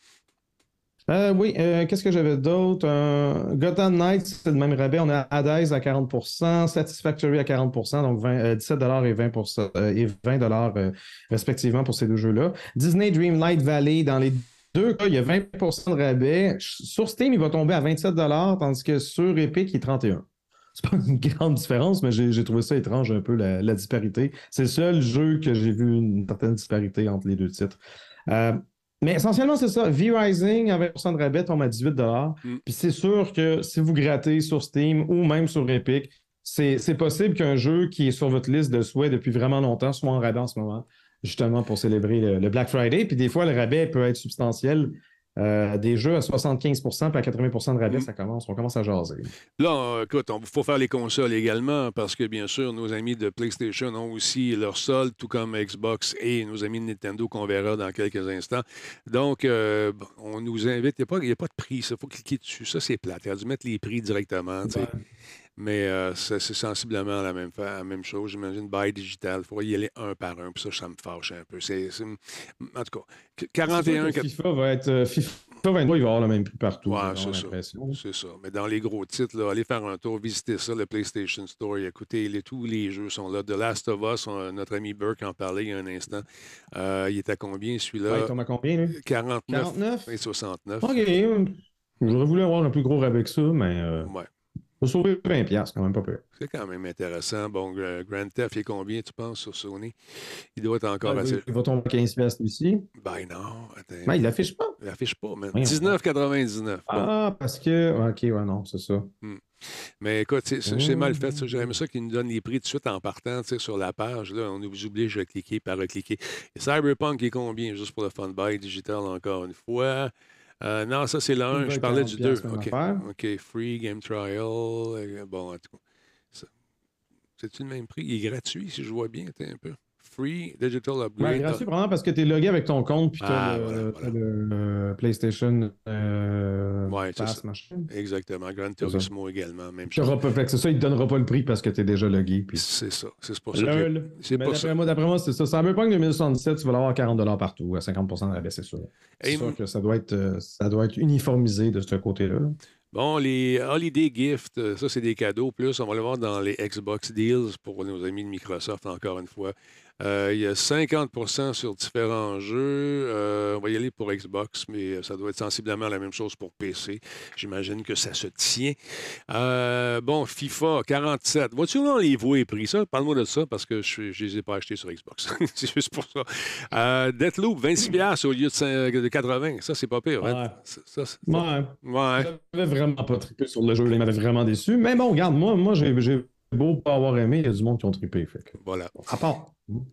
Euh, oui, euh, qu'est-ce que j'avais d'autre? Euh, Gotham Knights, c'est le même rabais. On a Hades à quarante pour cent, Satisfactory à quarante pour cent, donc vingt, euh, dix-sept dollars et vingt pour cent, euh, et vingt dollars euh, respectivement pour ces deux jeux-là. Disney Dreamlight Valley, dans les deux cas, il y a vingt pour cent de rabais. Sur Steam, il va tomber à vingt-sept dollars, tandis que sur Epic, il est trente et un. C'est pas une grande différence, mais j'ai j'ai trouvé ça étrange un peu, la, la disparité. C'est le seul jeu que j'ai vu une certaine disparité entre les deux titres. Euh, mais essentiellement, c'est ça. V-Rising, à vingt pour cent de rabais, tombe à dix-huit dollars.
Mm.
Puis c'est sûr que si vous grattez sur Steam ou même sur Epic, c'est c'est possible qu'un jeu qui est sur votre liste de souhaits depuis vraiment longtemps soit en rabais en ce moment, justement pour célébrer le, le Black Friday. Puis des fois, le rabais peut être substantiel. Euh, des jeux à soixante-quinze pour cent puis à quatre-vingts pour cent de rabais,
Mm.
ça commence, on commence à jaser.
Là, euh, écoute, il faut faire les consoles également parce que, bien sûr, nos amis de PlayStation ont aussi leur solde, tout comme Xbox et nos amis de Nintendo qu'on verra dans quelques instants. Donc, euh, on nous invite. Il n'y a, a pas de prix. Il faut cliquer dessus. Ça, c'est plate. Il a dû mettre les prix directement. tu sais.
Ouais.
Mais euh, c'est c'est sensiblement la même, fa- la même chose. J'imagine, buy digital. Il faut y aller un par un. Puis ça, ça me fâche un peu. C'est, c'est- En tout cas,
C'est
quarante et un...
sûr que FIFA va être, euh, FIFA FIFA vingt-trois, il va avoir le même prix partout.
Ouais,
j'ai
c'est
l'impression.
ça. C'est ça. Mais dans les gros titres, là, allez faire un tour, visitez ça, le PlayStation Store. Écoutez, les, tous les jeux sont là. The Last of Us, on- notre ami Burke en parlait il y a un instant. Euh, il est à combien
Ouais, il
celui-là?
tombe à combien, lui?
quarante-neuf
quarante-neuf?
et soixante-neuf.
OK. J'aurais voulu avoir un plus gros avec ça, mais euh,
Ouais.
faut sauver vingt piastres, quand même pas peur.
C'est quand même intéressant. Bon, Gra- Grand Theft, il est combien, tu penses, sur Sony? Il doit être encore
Ah,
assez.
il va tomber à quinze piastres ici.
Ben non, attends.
Mais il l'affiche pas.
Il l'affiche pas, man.
Voyons.
dix-neuf quatre-vingt-dix-neuf. Bon.
Ah, parce que. OK, ouais, non, c'est ça.
Mais écoute, c'est c'est- c'est mal fait.
Mmh.
ça. J'aime ça qu'ils nous donnent les prix tout de suite en partant tu sais, sur la page. Là, on nous oblige à cliquer par recliquer. Et Cyberpunk est combien? Juste pour le fun buy digital encore une fois. Euh, non, ça c'est le un. Je parlais du deux.
quarante
OK.
affaire.
OK. Free Game Trial. Euh, Bon, en tout cas. ça- C'est-tu le même prix? Il est gratuit, si je vois bien. Attends un peu. Free Digital
Ben,
Upgrade.
gratuit, vraiment, parce que tu es logué avec ton compte, puis tu as
Ah,
le,
voilà,
t'as
voilà.
le, euh, PlayStation euh,
Ouais, c'est
Pass,
ça.
machin.
Exactement. Gran
C'est ça.
Turismo également. Même
Tu
chose.
auras pas- fait que c'est ça, il te donnera pas le prix parce que tu es déjà logué. Puis...
C'est ça. C'est pour ça que j'ai-
Lol.
c'est
Mais
pour
d'après
ça.
moi, d'après moi, c'est ça. Cyberpunk deux mille soixante-dix-sept, tu vas l'avoir à quarante dollars partout, à cinquante pour cent de rabais, c'est sûr. C'est
Hey,
sûr que ça doit, être, euh, ça doit être uniformisé de ce côté-là. là.
Bon, les Holiday Gifts, euh, ça, c'est des cadeaux. Plus, on va le voir dans les Xbox Deals pour nos amis de Microsoft, encore une fois. Euh, il y a cinquante pour cent sur différents jeux. Euh, on va y aller pour Xbox, mais ça doit être sensiblement la même chose pour P C. J'imagine que ça se tient. Euh, bon, FIFA, quarante-sept. Vois-tu dans les voix et prix, ça? Parle-moi de ça, parce que je ne les ai pas achetés sur Xbox. C'est juste pour ça. Euh, Deathloop, vingt-six dollars au lieu de cin- de quatre-vingts. Ça, c'est pas pire.
Ouais.
hein? Ça, ça, c'est-
Ouais.
ouais.
J'avais vraiment pas trippé sur le jeu, il m'avait vraiment déçu. Mais bon, regarde, moi, moi j'ai j'ai beau pas avoir aimé, il y a du monde qui ont trippé. Fait que...
Voilà.
À part.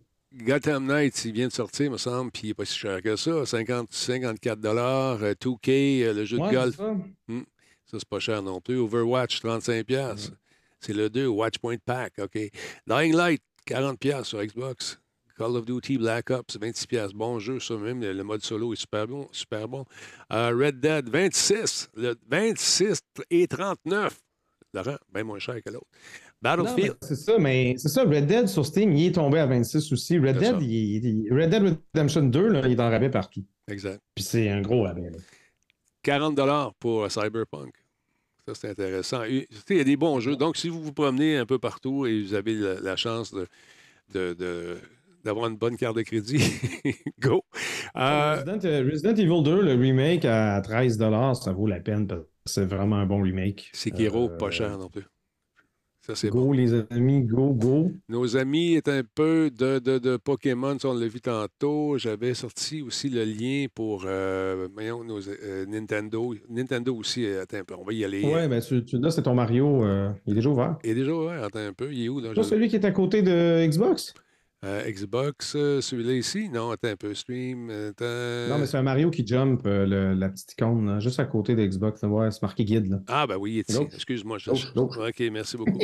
Gotham Knights, il vient de sortir, me semble, puis il n'est pas si cher que ça. cinquante, cinquante-quatre dollars. Euh, deux K, euh, le jeu
Ouais,
de golf.
c'est ça.
Ça, c'est pas cher non plus. Overwatch, trente-cinq dollars. C'est le deux, Watchpoint Pack, OK. Dying Light, quarante dollars sur Xbox. Call of Duty Black Ops, vingt-six dollars. Bon jeu, ça même. Le, le mode solo est super bon. Super bon. Euh, Red Dead, vingt-six. Le vingt-six et trente-neuf. Laurent, bien moins cher que l'autre.
Non, mais
Battlefield.
c'est ça, mais c'est ça, Red Dead sur Steam, il est tombé à vingt-six aussi. Red
C'est
Dead,
ça.
il, il- Red Dead Redemption deux, là, il est en rabais partout.
Exact.
Puis c'est un gros rabais. là.
quarante dollars pour Cyberpunk. Ça, c'est intéressant. Et, tu sais, il y a des bons jeux. Donc, si vous vous promenez un peu partout et vous avez la, la chance de, de- de- d'avoir une bonne carte de crédit, go! Euh,
Resident, euh, Resident Evil deux, le remake à treize dollars, ça vaut la peine parce que c'est vraiment un bon remake.
Sekiro,
Euh,
pas cher non plus. Ça, c'est
Go,
bon.
les amis, go, go.
Nos amis est un peu de, de, de Pokémon, ça, on l'a vu tantôt. J'avais sorti aussi le lien pour euh, voyons, nos, euh, Nintendo. Nintendo aussi, euh, attends un peu, on va y aller.
Ouais, ben tu, tu- là, c'est ton Mario, euh, il est déjà ouvert.
Il est déjà ouvert, attends un peu. Il est où? Là,
Pas
je-
celui qui est à côté de Xbox?
Euh, Xbox, euh, celui-là ici? Non, attends un peu. Stream. Attends.
Non, mais c'est un Mario qui jump, euh, le- la petite icône, là, juste à côté de Xbox. Là, ouais, c'est marqué guide. Là.
Ah, ben oui, il est ici.
L'autre.
Excuse-moi. je-
L'autre, l'autre.
OK, merci beaucoup.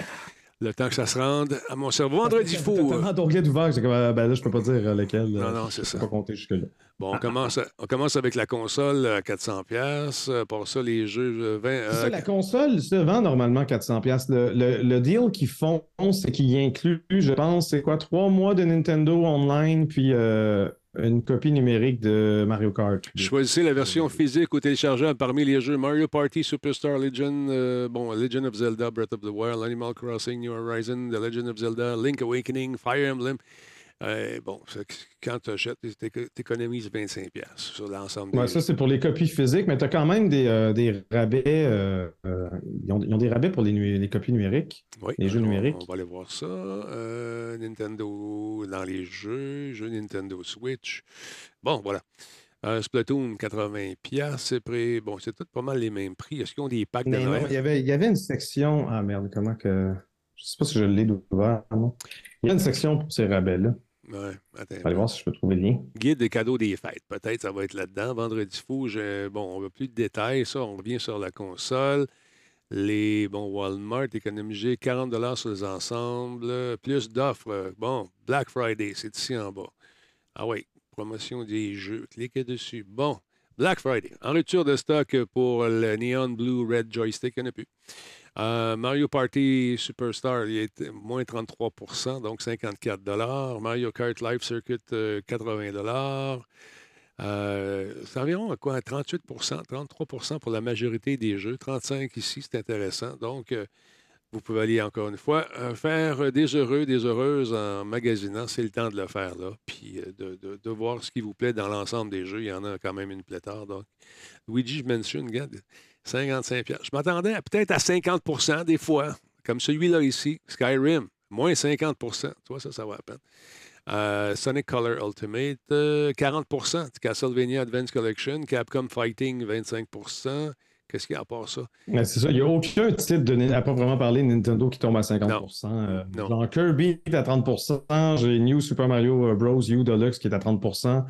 Le temps que ça se rende à mon cerveau. Vendredi fou.
T'as tellement d'onglets d'ouvert que c'est comme, euh, ben là, je peux pas dire euh, lequel.
Non,
euh,
non, c'est
je peux
ça.
pas compter jusque-là.
Bon, on commence, on commence avec la console à quatre cents dollars. Pour ça, les jeux euh, vingt.
C'est ça,
euh,
la console se vend normalement quatre cents dollars. Le, le, le deal qu'ils font, c'est qu'ils incluent, je pense, c'est quoi, trois mois de Nintendo Online, puis euh, une copie numérique de Mario Kart.
Choisissez la version physique ou téléchargeable parmi les jeux Mario Party, Superstar Legend, euh, bon, Legend of Zelda, Breath of the Wild, Animal Crossing, New Horizon, The Legend of Zelda, Link Awakening, Fire Emblem. Euh, bon, c'est que quand tu achètes, tu économises vingt-cinq dollars sur l'ensemble des
Ouais, ça, c'est pour les copies physiques, mais tu as quand même des, euh, des rabais. euh, euh, ils, ont, ils ont des rabais pour les, nu- les copies numériques.
Oui,
les jeux
on-
numériques.
On va aller voir ça. Euh, Nintendo dans les jeux, jeux Nintendo Switch. Bon, voilà. Euh, Splatoon, quatre-vingts dollars. C'est prêt. Bon, c'est tout pas mal les mêmes prix. Est-ce qu'ils ont des packs de
Mais non,
Noël?
il y avait, il y avait une section. Ah merde, comment que. Je sais pas si je l'ai ouvert. non. Il y a une section pour ces rabais-là.
Ouais, attends.
Allez voir si je peux trouver le lien.
Guide des cadeaux des fêtes. Peut-être ça va être là-dedans. Vendredi fou, je- bon, on veut plus de détails. Ça, on revient sur la console. Les, bon, Walmart, économiser quarante dollars sur les ensembles. Plus d'offres. Bon, Black Friday, c'est ici en bas. Ah oui, promotion des jeux. Cliquez dessus. Bon, Black Friday. En rupture de stock pour le Neon Blue Red Joystick, il n'y en a plus. Euh, Mario Party Superstar, il est moins trente-trois pour cent, donc cinquante-quatre dollars. Mario Kart Live Circuit, euh, quatre-vingts dollars. Euh, c'est environ à quoi? trente-huit trente-trois pour la majorité des jeux. trente-cinq ici, c'est intéressant. Donc, euh, vous pouvez aller encore une fois euh, faire des heureux, des heureuses en magasinant. C'est le temps de le faire, là. Puis euh, de, de- de voir ce qui vous plaît dans l'ensemble des jeux. Il y en a quand même une pléthore. Donc, Luigi, je mentionne, regarde, cinquante-cinq piastres. Je m'attendais à- peut-être à cinquante des fois, comme celui-là ici, Skyrim, moins cinquante. Tu vois, ça, ça va à peine. Euh, Sonic Color Ultimate, euh, quarante Castlevania Advance Collection, Capcom Fighting, vingt-cinq. Qu'est-ce qu'il y a à part ça?
Mais c'est ça, il n'y a aucun titre de, à pas vraiment parler de Nintendo qui tombe à cinquante pour cent.
Non.
Euh,
Non.
genre Kirby est à trente pour cent, j'ai New Super Mario Bros. U Deluxe qui est à trente pour cent.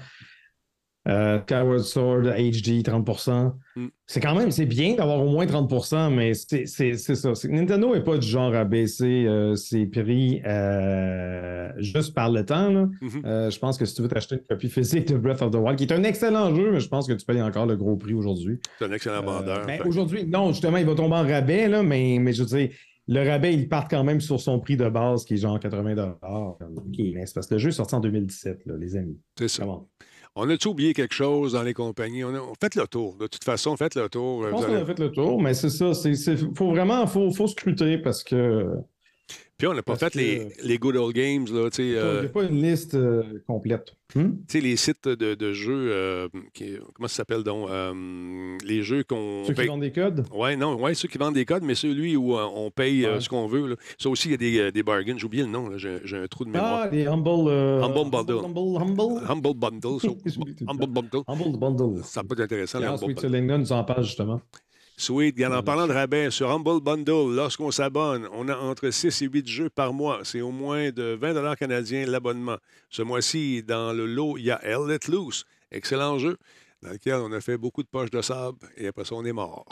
Euh, Skyward Sword H D, trente pour cent.
Mm.
C'est quand même, c'est bien d'avoir au moins trente pour cent, mais c'est c'est- c'est ça. C'est- Nintendo n'est pas du genre à baisser euh, ses prix euh, juste par le temps, là.
Mhm.
Euh, je pense que si tu veux t'acheter une copie physique de Breath of the Wild, qui est un excellent jeu, mais je pense que tu payes encore le gros prix aujourd'hui.
C'est un excellent vendeur.
Euh, ben,
Fait-
aujourd'hui, non, justement, il va tomber en rabais, là, mais, mais je veux dire, le rabais, il part quand même sur son prix de base, qui est genre quatre-vingts dollars. OK, mais c'est parce que le jeu est sorti en deux mille dix-sept, là, les amis.
C'est ça.
Comment?
On a-tu oublié quelque chose dans les compagnies? On a... Faites le tour. De toute façon, faites le tour.
Je
Vous
pense
allez-
qu'on a fait le tour, mais c'est ça. C'est, c'est- faut vraiment, faut, faut scruter parce que
Puis on n'a pas
Parce
fait les,
que-
les good old games, là, tu sais,
il n'y
euh,
a pas une liste euh, complète. Hmm?
tu sais, les sites de, de jeux, euh, qui- comment ça s'appelle donc? Euh, les jeux qu'on
Ceux qui
paye.
vendent des codes?
Ouais, non, ouais, ceux qui vendent des codes, mais celui où euh, on paye euh,
Ouais.
ce qu'on veut. Là. Ça aussi, il y a des, euh, des bargains. J'ai oublié le nom, là. J'ai, j'ai un trou de mémoire.
Ah, les Humble... euh,
Humble Bundle.
Humble, humble,
Humble Bundle. so-
J'oublie tout le
Humble Bundle.
humble Bundle.
Ça peut être intéressant, le
Là,
Humble
Sweet
Bundle.
Selena nous en parle justement.
Sweet, regarde, en
Ouais,
parlant de rabais, sur Humble Bundle, lorsqu'on s'abonne, on a entre six et huit jeux par mois. C'est au moins de vingt dollars canadiens l'abonnement. Ce mois-ci, dans le lot, il y a Hell Let Loose. Excellent jeu, dans lequel on a fait beaucoup de poches de sable et après ça, on est mort.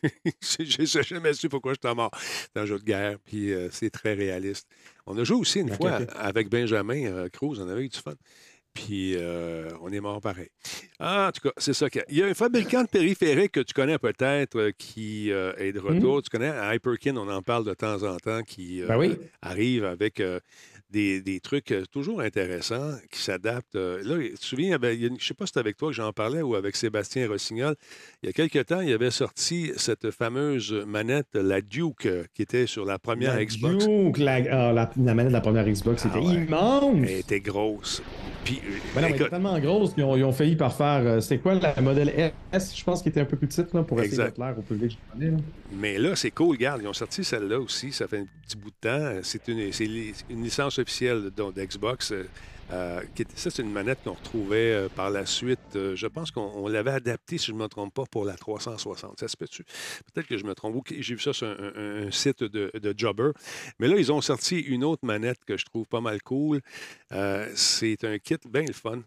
Je n'ai jamais su pourquoi j'étais mort. C'est un jeu de guerre, puis euh, c'est très réaliste. On a joué aussi une
Ok,
fois
ok.
avec Benjamin euh, Cruz, on avait eu du fun. Puis euh, on est mort pareil. Ah, en tout cas, c'est ça qu'il y a. Il y a un fabricant de périphériques que tu connais peut-être euh, qui euh, est de retour. Tu connais Hyperkin, on en parle de temps en temps, qui euh,
Ben oui.
arrive avec euh, des, des trucs euh, toujours intéressants qui s'adaptent. Euh, là, tu te souviens, il y avait- il y a une- je ne sais pas si c'était avec toi que j'en parlais ou avec Sébastien Rossignol. Il y a quelque temps, il avait sorti cette fameuse manette, la Duke, euh, qui était sur la première
La
Xbox.
Duke, la, ah, la, la manette de la première Xbox,
Ah
c'était
ouais.
immense!
Elle était grosse. Puis, euh,
Ben non, mais elle
écoute,
était tellement grosse qu'ils ont, ils ont failli par faire. euh, c'est quoi la modèle S, je pense, qui était un peu plus petite là, pour essayer
Exact.
de plaire au public japonais. Là.
mais là, c'est cool. Regarde, ils ont sorti celle-là aussi. Ça fait un petit bout de temps. C'est une, c'est li- une licence officielle donc, d'Xbox. euh, euh, qui était- ça, c'est une manette qu'on retrouvait euh, par la suite. Euh, je pense qu'on on l'avait adaptée, si je ne me trompe pas, pour la trois cent soixante. Ça se peut-tu? Peut-être que je me trompe. Ou que j'ai vu ça sur un, un- un site de, de Jobber. Mais là, ils ont sorti une autre manette que je trouve pas mal cool. Euh, c'est un kit bien le fun.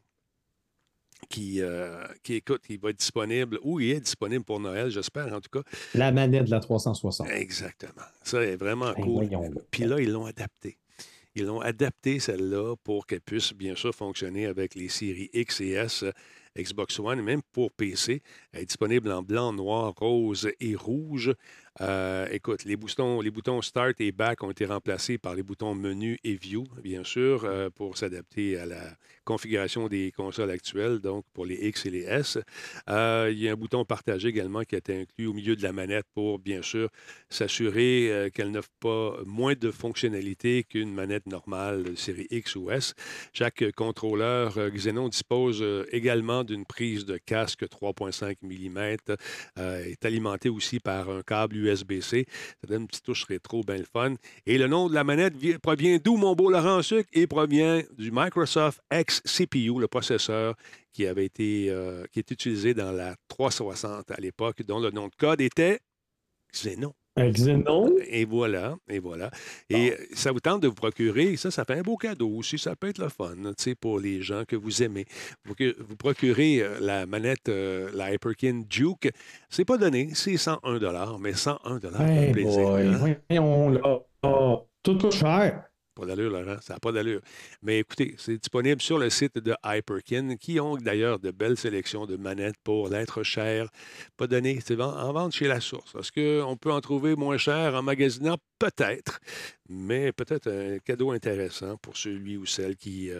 Qui, euh, qui écoute, il va être disponible, ou il est disponible pour Noël, j'espère en tout cas.
La manette de la trois cent soixante.
Exactement. Ça est vraiment
Ben,
cool.
voyons donc.
Puis là, ils l'ont adapté. Ils l'ont adapté, celle-là, pour qu'elle puisse bien sûr fonctionner avec les séries X et S, euh, Xbox One, et même pour P C. Elle est disponible en blanc, noir, rose et rouge. Euh, écoute, les boutons, les boutons Start et Back ont été remplacés par les boutons Menu et View, bien sûr, euh, pour s'adapter à la configuration des consoles actuelles, donc pour les X et les S. Euh, il y a un bouton partagé également qui a été inclus au milieu de la manette pour, bien sûr, s'assurer euh, qu'elle n'offre pas moins de fonctionnalités qu'une manette normale de série X ou S. Chaque euh, contrôleur euh, Xenon dispose euh, également d'une prise de casque trois virgule cinq millimètres, euh, est alimenté aussi par un câble U S B-C. Ça donne une petite touche rétro bien le fun. Et le nom de la manette vi- provient d'où, mon beau Laurent Sucre? Et provient du Microsoft X C P U, le processeur qui avait été euh, qui est utilisé dans la trois cent soixante à l'époque, dont le nom de code était Xenon.
Un Xenon?
Et voilà, et voilà. Et euh, ça vous tente de vous procurer, ça, ça fait un beau cadeau aussi, ça peut être le fun, tu sais, pour les gens que vous aimez. Vous, que- vous procurez euh, la manette, euh, la Hyperkin Duke, c'est pas donné, c'est cent un dollars, mais cent un dollars pour
Hey
le plaisir.
boy,
hein?
voyons là. Ah, tout coûte cher.
Pas d'allure, Laurent, ça n'a pas d'allure. Mais écoutez, c'est disponible sur le site de Hyperkin, qui ont d'ailleurs de belles sélections de manettes pour l'être cher. Pas donné, c'est en en vente chez la source. Est-ce qu'on peut en trouver moins cher en magasinant? Peut-être, mais peut-être un cadeau intéressant pour celui ou celle qui, euh,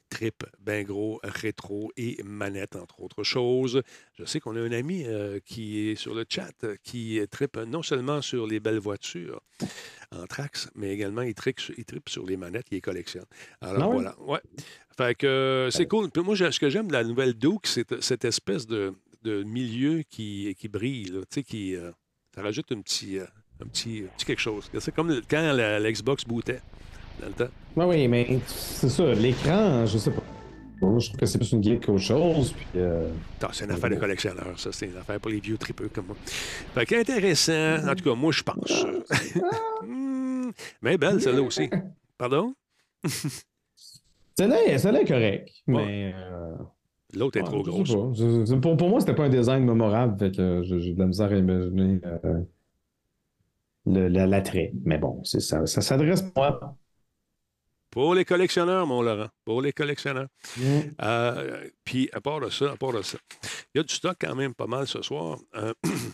trip ben gros rétro et manette, entre autres choses. Je sais qu'on a un ami euh, qui est sur le chat euh, qui tripe non seulement sur les belles voitures en Trax, mais également il tripe, il tripe sur les manettes, il les collectionne. Alors
Ah oui?
voilà, ouais. Fait que euh, c'est cool. Puis moi, j'ai- ce que j'aime de la nouvelle Duke, c'est cette espèce de, de milieu qui, qui brille, là, tu sais, qui euh, ça rajoute un petit, euh, un petit, un petit quelque chose. C'est comme le- quand la, la Xbox bootait dans le temps.
Oui, oui, mais c'est ça, l'écran, je sais pas. Moi, je trouve que c'est plus une geek qu'autre chose. Puis, euh,
Ah, c'est une affaire de collectionneur, ça. C'est une affaire pour les vieux tripeux comme moi. Fait qu'intéressant. En tout cas, moi, je pense. Hmm, mais belle, celle-là aussi. Pardon?
celle-là, celle-là est correcte, mais... euh,
L'autre est
ouais,
trop
je sais
grosse.
pas. Je- je- pour, pour moi, c'était pas un design mémorable, fait que j'ai j'ai de la misère à imaginer euh, le- la- l'attrait. Mais bon, c'est ça, ça s'adresse à moi.
Pour les collectionneurs, mon Laurent. Pour les collectionneurs.
Mm.
Euh, Puis, à part de ça, à part de ça, il y a du stock quand même pas mal ce soir. Euh,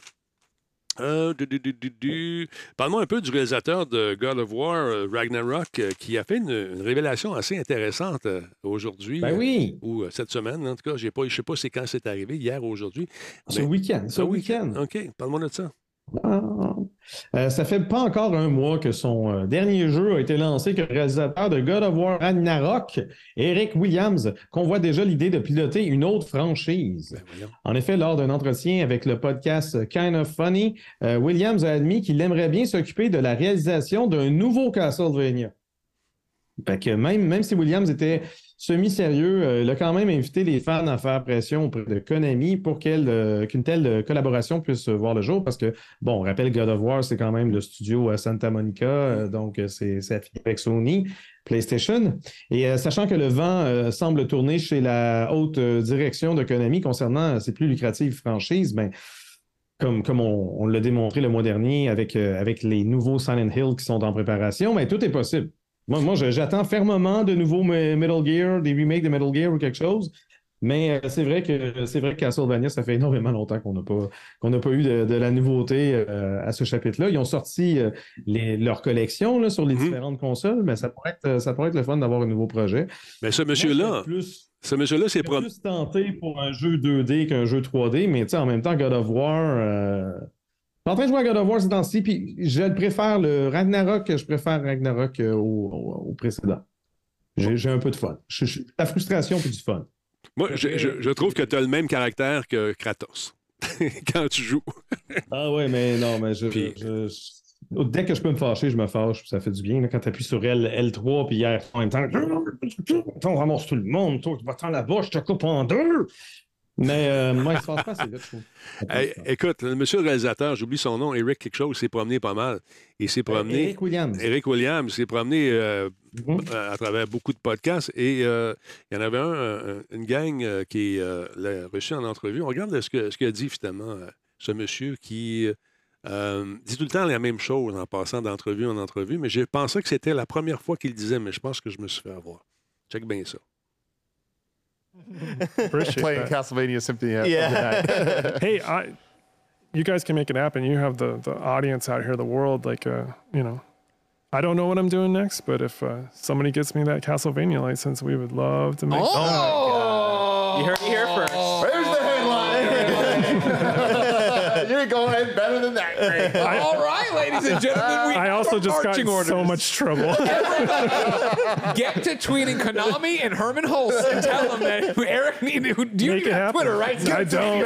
euh, du, du, du, du, du. Parle-moi un peu du réalisateur de God of War, euh, Ragnarok, euh, qui a fait une, une révélation assez intéressante euh, aujourd'hui.
Ben oui,
euh, ou euh, cette semaine, en tout cas. J'ai pas, je ne sais pas c'est quand c'est arrivé, hier ou aujourd'hui.
ce
mais-
week-end, ce
Ah,
week-end.
OK, parle-moi de ça.
Ah. Euh, ça fait pas encore un mois que son euh, dernier jeu a été lancé, que le réalisateur de God of War Ragnarok, Eric Williams, convoit déjà l'idée de piloter une autre franchise.
Ben, voyons.
En effet, lors d'un entretien avec le podcast Kind of Funny, euh, Williams a admis qu'il aimerait bien s'occuper de la réalisation d'un nouveau Castlevania. Fait que même, même si Williams était semi-sérieux, euh, il a quand même invité les fans à faire pression auprès de Konami pour qu'elle, euh, qu'une telle euh, collaboration puisse euh, voir le jour. Parce que, bon, on rappelle God of War, c'est quand même le studio à Santa Monica, euh, donc euh, c'est c'est affilié avec Sony, PlayStation. Et euh, sachant que le vent euh, semble tourner chez la haute euh, direction de Konami concernant euh, ses plus lucratives franchises, ben, comme, comme on, on l'a démontré le mois dernier avec, euh, avec les nouveaux Silent Hill qui sont en préparation, mais tout est possible. Moi, moi je- j'attends fermement de nouveaux Me- Metal Gear, des remakes de Metal Gear ou quelque chose. Mais euh, c'est vrai que c'est vrai que Castlevania, ça fait énormément longtemps qu'on n'a pas, qu'on n'a pas eu de, de la nouveauté euh, à ce chapitre-là. Ils ont sorti euh, les- leur collection là, sur les
Mhm.
différentes consoles, mais ça pourrait être, ça pourrait être le fun d'avoir un nouveau projet.
Mais ce
Moi,
monsieur-là,
je serais plus,
ce monsieur-là, c'est
je serais plus tenté pour un jeu deux D qu'un jeu trois D, mais tu sais, en même temps, God of War. euh, Je suis en train de jouer à God of War ces temps-ci, puis je le préfère, le Ragnarok, je préfère Ragnarok euh, au, au- au précédent. J'ai j'ai un peu de fun. Je- je- la frustration puis du fun.
Moi, je, je- je trouve que tu as le même caractère que Kratos quand tu joues.
Ah ouais, mais non, mais je,
Puis-
je- je- dès que je peux me fâcher, je me fâche, puis ça fait du bien. Là, quand tu appuies sur L, L3, puis hier, en même temps, on ramasse tout le monde, toi, tu vas-t'en là-bas, je te coupe en deux. Mais euh, moi, il se passe pas assez vite, je trouve.
Hey, écoute, le monsieur le réalisateur, j'oublie son nom, Eric quelque chose, s'est promené pas mal. Il s'est promené.
Eric Williams.
Eric Williams s'est promené euh,
Mhm.
à travers beaucoup de podcasts et euh, il y en avait un, un- une gang euh, qui euh, l'a reçu en entrevue. On regarde ce que- ce qu'a dit finalement euh, ce monsieur qui euh, dit tout le temps la même chose en passant d'entrevue en entrevue, mais je pensais que c'était la première fois qu'il le disait, mais je pense que je me suis fait avoir. Check bien ça.
Appreciate
Playing
that.
Castlevania Symphony of
Yeah.
the Night.
Hey, I, you guys can make it happen. You have the, the audience out here, the world. Like, uh, you know, I don't know what I'm doing next, but if uh, somebody gets me that Castlevania license, we would love to make.
Oh, you heard it here first.
Where's the headline? You're going better than that, Greg.
All right, ladies and gentlemen, we
I also
have
just got in
marching orders.
so much trouble.
Get to tweeting Konami and Herman Hulst and tell them that Eric needs. Do you
Make
even
it
have
happen.
Twitter, right?
I don't.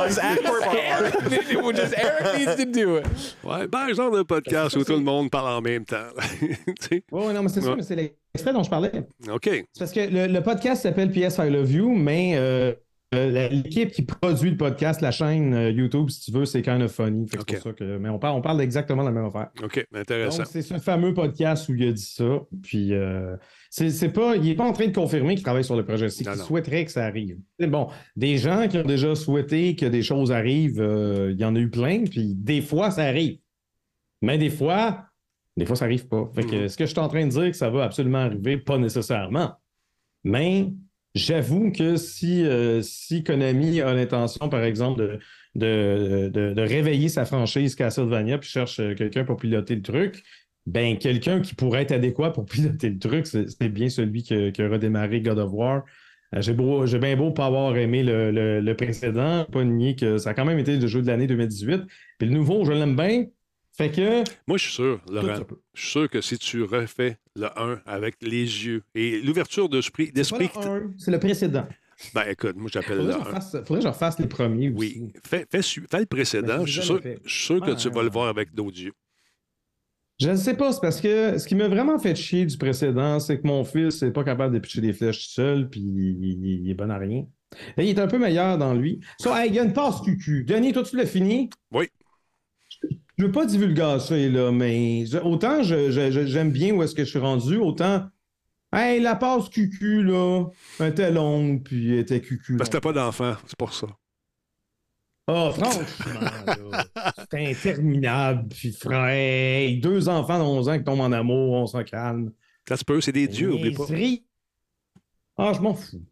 Eric, needs- just Eric needs to do it.
Ouais, ben, un genre de podcast où tout le monde parle en même temps. Tu sais?
Oui, non, mais c'est ça,
Ouais.
mais c'est l'extrait dont je parlais.
OK.
C'est parce que le, le podcast s'appelle P S I Love You, mais euh, euh, la- l'équipe qui produit le podcast, la chaîne euh, YouTube, si tu veux, c'est Kind of Funny. Fait que
OK.
c'est pour ça que, mais on parle, on parle d'exactement la même affaire.
OK, intéressant.
Donc, c'est ce fameux podcast où il a dit ça. Puis, euh, c'est, c'est pas, il n'est pas en train de confirmer qu'il travaille sur le projet, c'est
Non,
qu'il
non.
souhaiterait que ça arrive. C'est bon, des gens qui ont déjà souhaité que des choses arrivent, euh, il y en a eu plein, puis des fois, ça arrive. Mais des fois, des fois, ça n'arrive pas. Fait que,
Mhm.
est-ce que je suis en train de dire que ça va absolument arriver? Pas nécessairement. Mais j'avoue que si, euh, si Konami a l'intention, par exemple, de, de, de, de réveiller sa franchise Castlevania puis cherche euh, quelqu'un pour piloter le truc, ben quelqu'un qui pourrait être adéquat pour piloter le truc, c'était bien celui qui, qui a redémarré God of War. Euh, j'ai, beau, j'ai bien beau pas avoir aimé le, le, le précédent, pas nier que ça a quand même été le jeu de l'année deux mille dix-huit. Puis le nouveau, je l'aime bien. Fait que.
Moi, je suis sûr, Laurent, je suis sûr que si tu refais le un avec les yeux et l'ouverture d'esprit. d'esprit
c'est, pas le un, c'est le précédent.
Ben écoute, moi j'appelle
faudrait
le
un. Fasse, faudrait que je refasse les premiers aussi.
Oui, fais, fais, fais le précédent. Je suis sûr, je suis sûr que ah, tu vas le voir avec d'autres yeux.
Je ne sais pas, c'est parce que ce qui m'a vraiment fait chier du précédent, c'est que mon fils n'est pas capable de pitcher des flèches tout seul, puis il, il, il est bon à rien. Et il est un peu meilleur dans lui. Ça, so, hey, il y a une passe Q Q. Denis, toi, tu l'as fini?
Oui.
Je veux pas divulgacher, là, mais je, autant je, je, j'aime bien où est-ce que je suis rendu, autant. Hey, la passe Q Q, là, elle était longue, puis elle était Q Q.
Parce que t'as pas d'enfant, c'est pour ça.
Ah, oh, franchement, là, c'est interminable. Puis, frère, deux enfants d'onze ans qui tombent en amour, on s'en calme.
Ça se peut, c'est des dieux, oublie pas.
Ah, je m'en fous.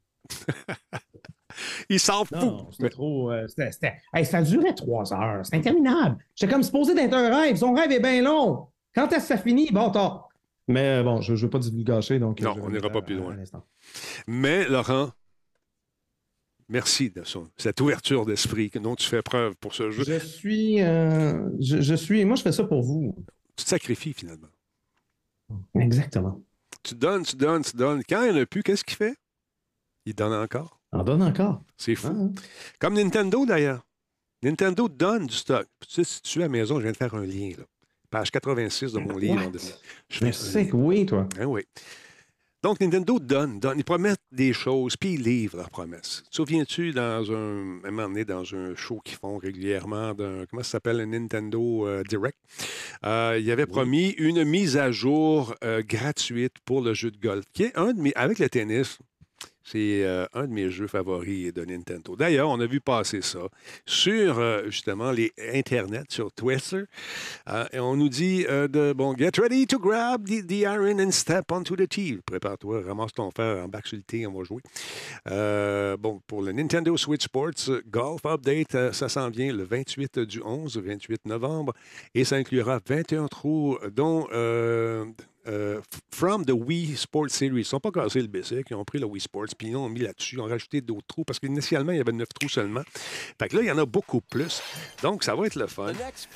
Ils s'en foutent.
C'était trop. Euh, c'était, c'était... Hey, ça durait trois heures. C'est interminable. J'étais comme supposé d'être un rêve. Son rêve est bien long. Quand est-ce que ça finit? Bon, tard. Mais bon, je ne veux pas divulgacher. Donc,
non, on n'ira pas plus loin. Mais, Laurent, merci de ça, cette ouverture d'esprit dont tu fais preuve pour ce jeu.
Je suis, euh, je, je suis... Moi, je fais ça pour vous.
Tu te sacrifies, finalement.
Exactement.
Tu donnes, tu donnes, tu donnes. Quand il n'y en a plus, qu'est-ce qu'il fait? Il donne encore.
En donne encore.
C'est fou. Ah. Comme Nintendo, d'ailleurs. Nintendo donne du stock. Tu sais, si tu es à la maison, je viens de faire un lien, là. Page quatre-vingt-six de mon livre.
Je fais sais que oui, toi.
Hein, oui. Donc, Nintendo donne, donne, ils promettent des choses, puis ils livrent leurs promesses. Te souviens-tu, dans un, à un moment donné, dans un show qu'ils font régulièrement, d'un, comment ça s'appelle, un Nintendo euh, Direct, euh, il avait promis oui. une mise à jour euh, gratuite pour le jeu de golf, qui est un de mes, avec le tennis, c'est euh, un de mes jeux favoris de Nintendo. D'ailleurs, on a vu passer ça sur, euh, justement, les Internet, sur Twitter. Euh, et on nous dit, euh, de, bon, get ready to grab the, the iron and step onto the tee. Prépare-toi, ramasse ton fer, embarque sur le tee, on va jouer. Euh, bon, pour le Nintendo Switch Sports Golf Update, euh, ça s'en vient le vingt-huit du onze, vingt-huit novembre, et ça inclura vingt et un trous, dont... Euh, Euh, from the Wii Sports Series. Ils ne sont pas cassés le B C, ils ont pris le Wii Sports, puis ils ont mis là-dessus, ils ont rajouté d'autres trous, parce qu'initialement, il y avait neuf trous seulement. Fait que là, il y en a beaucoup plus. Donc, ça va être le fun.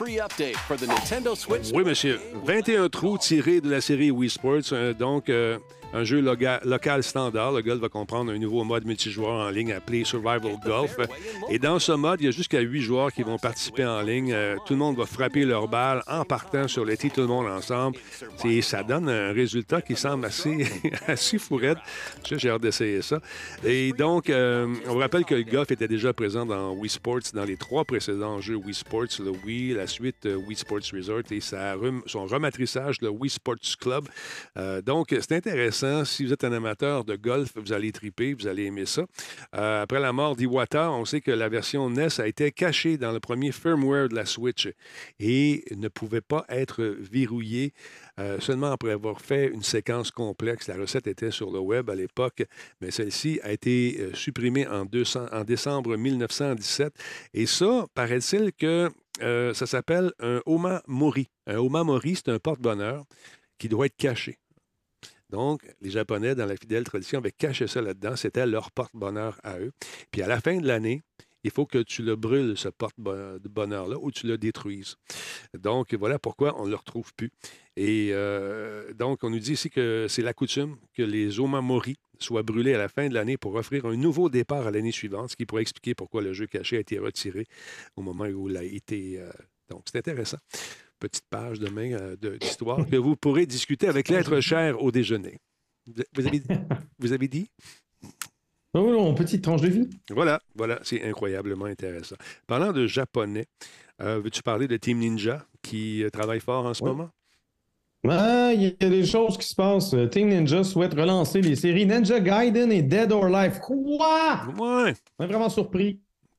Oui, monsieur. vingt et un trous tirés de la série Wii Sports. Euh, donc, euh, un jeu loga- local standard. Le gars va comprendre un nouveau mode multijoueur en ligne appelé Survival Golf. Et dans ce mode, il y a jusqu'à huit joueurs qui vont participer en ligne. Euh, tout le monde va frapper leur balle en partant sur le tee, tout le monde ensemble. C'est, ça donne un résultat qui semble assez, assez fourette. J'ai hâte d'essayer ça. Et donc, euh, on vous rappelle que le golf était déjà présent dans Wii Sports, dans les trois précédents jeux Wii Sports, le Wii, la suite euh, Wii Sports Resort et sa rem- son rematrissage, le Wii Sports Club. Euh, donc, c'est intéressant. Si vous êtes un amateur de golf, vous allez triper, vous allez aimer ça. Euh, après la mort d'Iwata, on sait que la version N E S a été cachée dans le premier firmware de la Switch et ne pouvait pas être verrouillée euh, seulement après avoir fait une séquence complexe. La recette était sur le web à l'époque, mais celle-ci a été euh, supprimée en, deux cents, en décembre mille neuf cent dix-sept. Et ça, paraît-il que euh, ça s'appelle un Omamori. Un Omamori, c'est un porte-bonheur qui doit être caché. Donc, les Japonais, dans la fidèle tradition, avaient caché ça là-dedans. C'était leur porte-bonheur à eux. Puis à la fin de l'année, il faut que tu le brûles, ce porte-bonheur-là, ou tu le détruises. Donc, voilà pourquoi on ne le retrouve plus. Et euh, donc, on nous dit ici que c'est la coutume que les Omamori soient brûlés à la fin de l'année pour offrir un nouveau départ à l'année suivante, ce qui pourrait expliquer pourquoi le jeu caché a été retiré au moment où il a été... Euh... Donc, c'est intéressant. Petite page demain euh, de, d'histoire que vous pourrez discuter avec l'être cher au déjeuner. Vous avez, vous avez dit?
Oh non, petite tranche de vie.
Voilà, voilà, c'est incroyablement intéressant. Parlant de japonais, euh, veux-tu parler de Team Ninja qui euh, travaille fort en ce
oui.
moment?
Ah, il y a des choses qui se passent. Team Ninja souhaite relancer les séries Ninja Gaiden et Dead or Alive. Quoi?
Ouais.
On est vraiment surpris.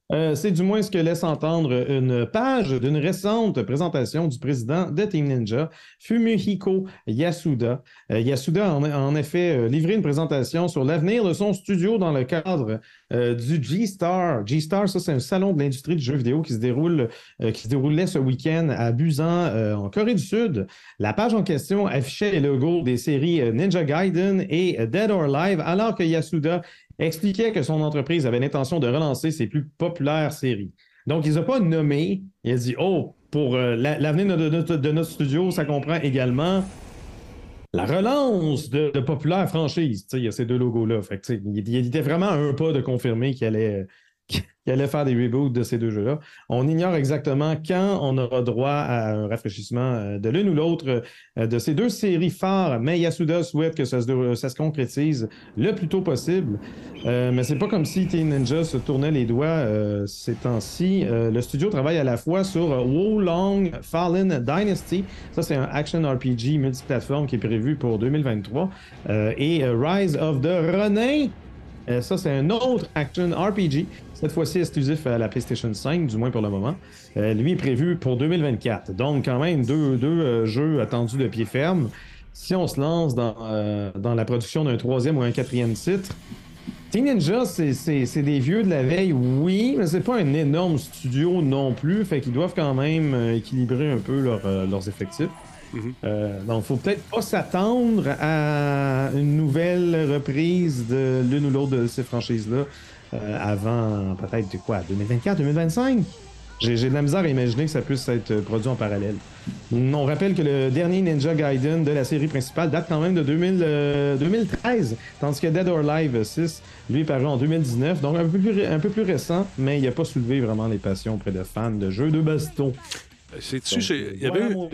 Euh, c'est du moins ce que laisse entendre une page d'une récente présentation du président de Team Ninja, Fumihiko Yasuda. Euh, Yasuda a en, en effet euh, livré une présentation sur l'avenir de son studio dans le cadre euh, du G-Star. G-Star, ça, c'est un salon de l'industrie du jeu vidéo qui se déroule, euh, qui se déroulait ce week-end à Busan, euh, en Corée du Sud. La page en question affichait les logos des séries euh, Ninja Gaiden et euh, Dead or Alive, alors que Yasuda expliquait que son entreprise avait l'intention de relancer ses plus populaires séries. Donc, il ne les a pas nommés. Il a dit, oh, pour euh, la, l'avenir de, de, de notre studio, ça comprend également la relance de, de populaires franchises. Il y a ces deux logos-là. Fait que, il, il était vraiment à un pas de confirmer qu'il allait, qu'il allait faire des reboots de ces deux jeux-là. On ignore exactement quand on aura droit à un rafraîchissement de l'une ou l'autre de ces deux séries phares, mais Yasuda souhaite que ça se, ça se concrétise le plus tôt possible. Euh, mais c'est pas comme si Team Ninja se tournait les doigts euh, ces temps-ci. Euh, le studio travaille à la fois sur Wolong Fallen Dynasty, ça c'est un action R P G multiplateforme qui est prévu pour deux mille vingt-trois, euh, et Rise of the Ronin. Euh, ça, c'est un autre action R P G, cette fois-ci exclusif à la PlayStation cinq, du moins pour le moment. Euh, lui est prévu pour deux mille vingt-quatre. Donc, quand même, deux, deux euh, jeux attendus de pied ferme. Si on se lance dans, euh, dans la production d'un troisième ou un quatrième titre, Team Ninja, c'est, c'est, c'est des vieux de la veille, oui, mais c'est pas un énorme studio non plus. Fait qu'ils doivent quand même euh, équilibrer un peu leur, euh, leurs effectifs. Mm-hmm. Euh, donc, faut peut-être pas s'attendre à une nouvelle reprise de l'une ou l'autre de ces franchises-là euh, avant peut-être de quoi, deux mille vingt-quatre, deux mille vingt-cinq? J'ai, j'ai de la misère à imaginer que ça puisse être produit en parallèle. On rappelle que le dernier Ninja Gaiden de la série principale date quand même de deux mille, euh, deux mille treize, tandis que Dead or Alive six, lui, est paru en deux mille dix-neuf, donc un peu plus, un peu plus récent, mais il n'a pas soulevé vraiment les passions auprès de fans de jeux de baston.
C'est-tu, c'est, il y avait eu...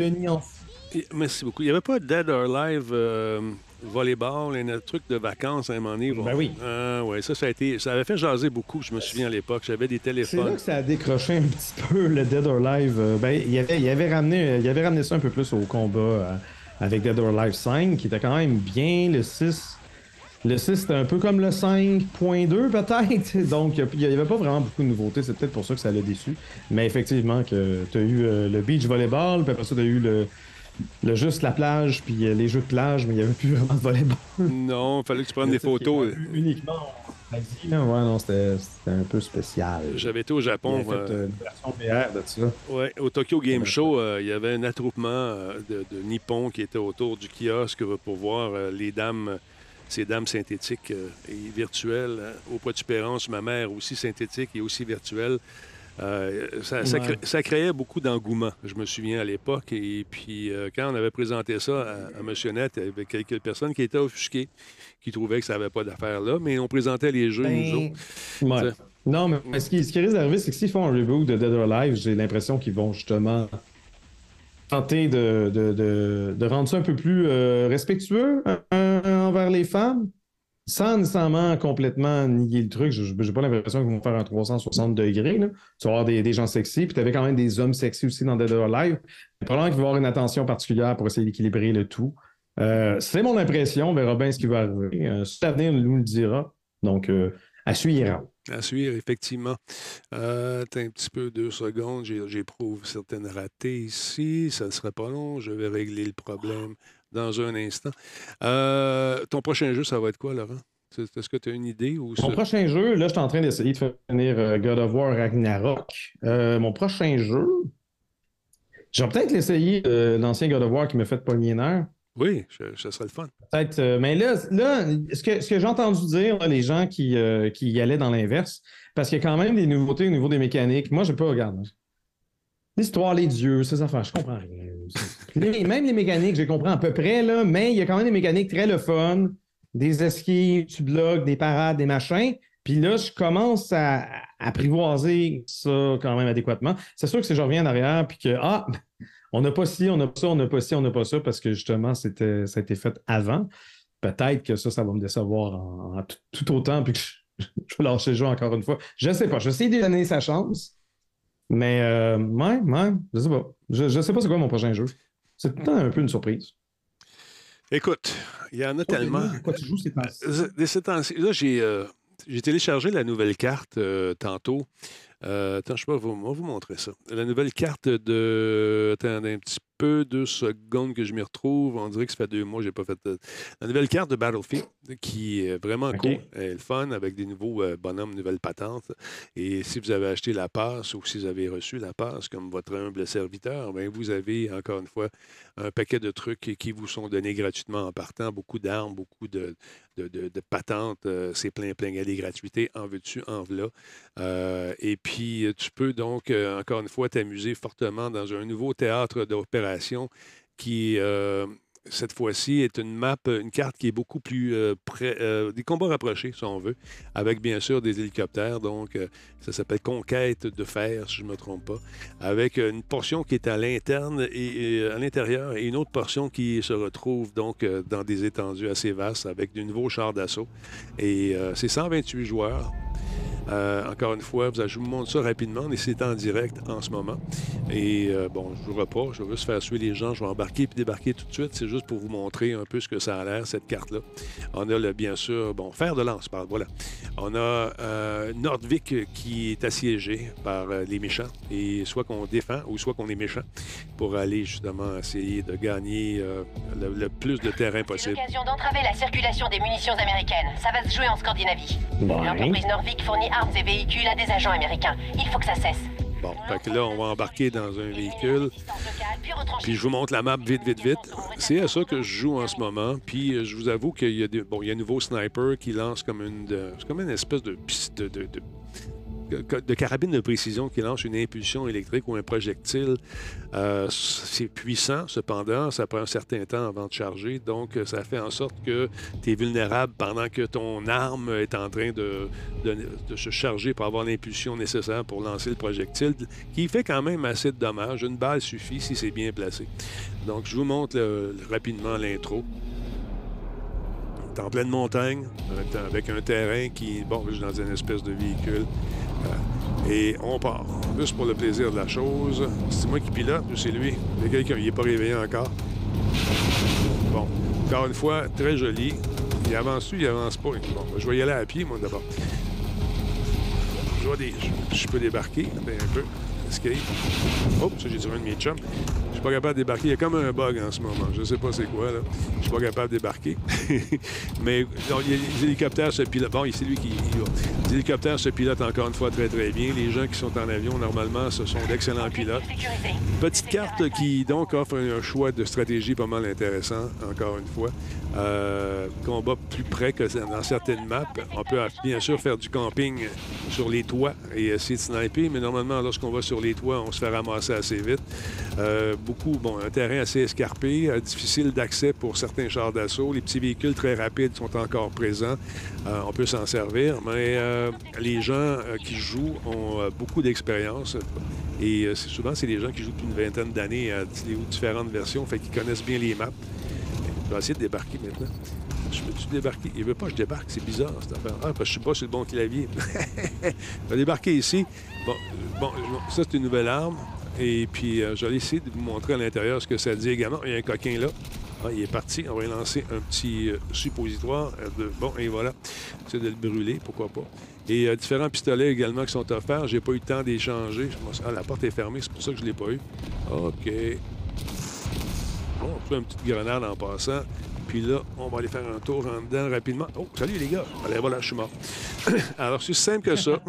Merci beaucoup. Il n'y avait pas Dead or Alive euh, volleyball, un truc de vacances à un moment donné.
Ben oui.
Ah, ouais, ça, ça a été, ça avait fait jaser beaucoup, je me souviens à l'époque. J'avais des téléphones.
C'est là que ça a décroché un petit peu le Dead or Alive. Ben, il avait, il avait ramené, il avait ramené ça un peu plus au combat euh, avec Dead or Alive cinq, qui était quand même bien. Le six, le six c'était un peu comme le cinq point deux peut-être. Donc, il n'y avait pas vraiment beaucoup de nouveautés. C'est peut-être pour ça que ça l'a déçu. Mais effectivement, que tu as eu euh, le beach volleyball, puis après ça, tu as eu le... Le juste la plage, puis les jeux de plage, mais il n'y avait plus vraiment de volleyball.
Non, il fallait que tu prennes des photos.
Uniquement en Asie, là. Ouais, non, c'était, c'était un peu spécial.
J'avais été au Japon.
Il avait fait euh, une version V R de ça.
Ouais, au Tokyo Game Show, euh, il y avait un attroupement euh, de, de Nippon qui était autour du kiosque pour voir euh, les dames, ces dames synthétiques euh, et virtuelles. Hein. Au Poids-du-Péron, ma mère aussi synthétique et aussi virtuelle. Euh, ça, ça, cré... ça créait beaucoup d'engouement, je me souviens à l'époque. Et puis, euh, quand on avait présenté ça à, à M. Net, il y avait quelques personnes qui étaient offusquées, qui trouvaient que ça n'avait pas d'affaire là, mais on présentait les jeux, ben... nous autres.
Ouais. Non, mais ce qui, ce qui risque d'arriver, c'est que s'ils font un reboot de Dead or Alive, j'ai l'impression qu'ils vont justement tenter de, de, de, de rendre ça un peu plus euh, respectueux euh, envers les femmes. Sans nécessairement complètement nier le truc, je n'ai pas l'impression qu'ils vont faire un trois cent soixante degrés. Là. Tu vas avoir des, des gens sexy, puis tu avais quand même des hommes sexy aussi dans Dead or Alive. Probablement qu'il va y avoir une attention particulière pour essayer d'équilibrer le tout. Euh, c'est mon impression, on verra bien ce qui va arriver. Euh, si l'avenir nous le dira. Donc, euh, à suivre.
À suivre, effectivement. Euh, t'as un petit peu, deux secondes. J'ai, j'éprouve certaines ratées ici. Ça ne sera pas long. Je vais régler le problème dans un instant. Euh, ton prochain jeu, ça va être quoi, Laurent? Est-ce que tu as une idée? Ou
mon
ça...
prochain jeu, là, je suis en train d'essayer de finir euh, God of War Ragnarok. Euh, mon prochain jeu, je vais peut-être l'essayer, euh, l'ancien God of War qui m'a fait pogner nerf.
Oui, ça serait le fun.
Peut-être, euh, mais là, là ce que, ce que j'ai entendu dire, là, les gens qui, euh, qui y allaient dans l'inverse, parce qu'il y a quand même des nouveautés au niveau des mécaniques. Moi, je n'ai pas regardé. L'histoire, les dieux, ces affaires, je comprends rien. Les, même les mécaniques, je les comprends à peu près, là, mais il y a quand même des mécaniques très le fun, des esquives, tu bloques, des parades, des machins. Puis là, je commence à, à apprivoiser ça quand même adéquatement. C'est sûr que si je reviens en arrière, puis que, ah, on n'a pas ci, on n'a pas ça, on n'a pas ci, on n'a pas ça, parce que justement, c'était, ça a été fait avant. Peut-être que ça, ça va me décevoir en, en tout, tout autant, puis que je, je vais lâcher le jeu encore une fois. Je ne sais pas. Je vais essayer de donner sa chance. Mais, euh, ouais, ouais, je sais pas. Je, je sais pas c'est quoi mon prochain jeu. C'est tout le temps un peu une surprise.
Écoute, il y en a
Toi,
tellement.
Denis, quoi tu joues ces temps-ci?
Ces temps-ci. Là, j'ai, euh, j'ai téléchargé la nouvelle carte euh, tantôt. Euh, attends, je vais vous, on va vous montrer ça. La nouvelle carte de... Attendez un petit peu, deux secondes que je m'y retrouve. On dirait que ça fait deux mois que je n'ai pas fait... de- La nouvelle carte de Battlefield, qui est vraiment
OK.
cool. Elle est le fun, avec des nouveaux euh, bonhommes, nouvelles patentes. Et si vous avez acheté la passe ou si vous avez reçu la passe comme votre humble serviteur, bien, vous avez, encore une fois, un paquet de trucs qui- qui vous sont donnés gratuitement en partant. Beaucoup d'armes, beaucoup de, de, de- de patentes. Euh, c'est plein, plein. Il y a des gratuités. En veux-tu, en v'là. Euh, et puis, euh, tu peux donc, euh, encore une fois, t'amuser fortement dans un nouveau théâtre d'opération qui, euh, cette fois-ci, est une map, une carte qui est beaucoup plus euh, près, euh, des combats rapprochés, si on veut, avec bien sûr des hélicoptères. Donc, euh, ça s'appelle Conquête de fer, si je ne me trompe pas, avec une portion qui est à l'interne et, et à l'intérieur et une autre portion qui se retrouve donc euh, dans des étendues assez vastes avec de nouveaux chars d'assaut. Et euh, c'est cent vingt-huit joueurs. Euh, encore une fois, vous- je vous montre ça rapidement, mais c'est en direct en ce moment. Et euh, bon, je ne jouerai pas, je vais juste faire suivre les gens, je vais embarquer puis débarquer tout de suite. C'est juste pour vous montrer un peu ce que ça a l'air, cette carte-là. On a, le, bien sûr, bon, fer de lance, par, voilà. On a euh, Nordvik qui est assiégé par euh, les méchants, et soit qu'on défend ou soit qu'on est méchant pour aller justement essayer de gagner euh, le, le plus de terrain
C'est
possible.
l'occasion d'entraver la circulation des munitions américaines. Ça va se jouer en Scandinavie.
Ouais.
L'entreprise Norvik fournit armes et véhicules à des agents américains. Il faut que ça cesse.
Bon, fait que là, on va embarquer dans un véhicule. Puis je vous montre la map vite, vite, vite. C'est à ça que je joue en ce moment. Puis euh, je vous avoue qu'il y a des, bon, il y a un nouveau sniper qui lance comme une, de- c'est comme une espèce de, piste de, de, de- de carabine de précision qui lance une impulsion électrique ou un projectile. Euh, c'est puissant, cependant, ça prend un certain temps avant de charger. Donc, euh, ça fait en sorte que tu es vulnérable pendant que ton arme est en train de, de- de se charger pour avoir l'impulsion nécessaire pour lancer le projectile, qui fait quand même assez de dommages. Une balle suffit si c'est bien placé. Donc, je vous montre le- le- rapidement l'intro. T'es en pleine montagne, avec, avec un terrain qui, bon, je suis dans une espèce de véhicule. Euh, et on part. Juste pour le plaisir de la chose. C'est moi qui pilote ou c'est lui? Il y a quelqu'un, il n'est pas réveillé encore. Bon, encore une fois, très joli. Il avance-tu, il avance pas. Bon, je vais y aller à pied, moi, d'abord. Je, vais des, je, je peux débarquer, ben, un peu. Escape. Oh, ça, j'ai tiré un de mes chums. Je suis pas capable de débarquer. Il y a comme un bug en ce moment. Je sais pas c'est quoi, là. Je suis pas capable de débarquer. Mais donc, il y a les hélicoptères se pilotent. Bon, c'est lui qui y va. Les hélicoptères se pilotent encore une fois très, très bien. Les gens qui sont en avion, normalement, ce sont d'excellents pilotes. Petite carte qui, donc, offre un choix de stratégie pas mal intéressant, encore une fois. Euh, combat plus près que dans certaines maps. On peut bien sûr faire du camping sur les toits et essayer de sniper, mais normalement, lorsqu'on va sur les toits, on se fait ramasser assez vite. Euh, beaucoup, bon, un terrain assez escarpé, euh, difficile d'accès pour certains chars d'assaut. Les petits véhicules très rapides sont encore présents. Euh, on peut s'en servir, mais euh, les gens euh, qui jouent ont euh, beaucoup d'expérience. Et euh, c'est souvent, c'est des gens qui jouent depuis une vingtaine d'années à différentes versions, fait qu'ils connaissent bien les maps. Je vais essayer de débarquer maintenant. Je peux-tu débarquer? Il veut pas que je débarque. C'est bizarre, cette affaire. Ah, parce que je suis pas sur le bon clavier. Je vais débarquer ici. Bon, bon ça, c'est une nouvelle arme. Et puis, euh, je vais essayer de vous montrer à l'intérieur ce que ça dit également. Il y a un coquin là. Ah, il est parti. On va lui lancer un petit euh, suppositoire. De... Bon, et voilà. C'est de le brûler, pourquoi pas. Et euh, différents pistolets également qui sont offerts. J'ai pas eu le temps d'échanger. Ah, la porte est fermée. C'est pour ça que je l'ai pas eu. OK. Bon, on fait une petite grenade en passant. Puis là, on va aller faire un tour en dedans rapidement. Oh, salut les gars! Allez, voilà, je suis mort. Alors, c'est simple que ça.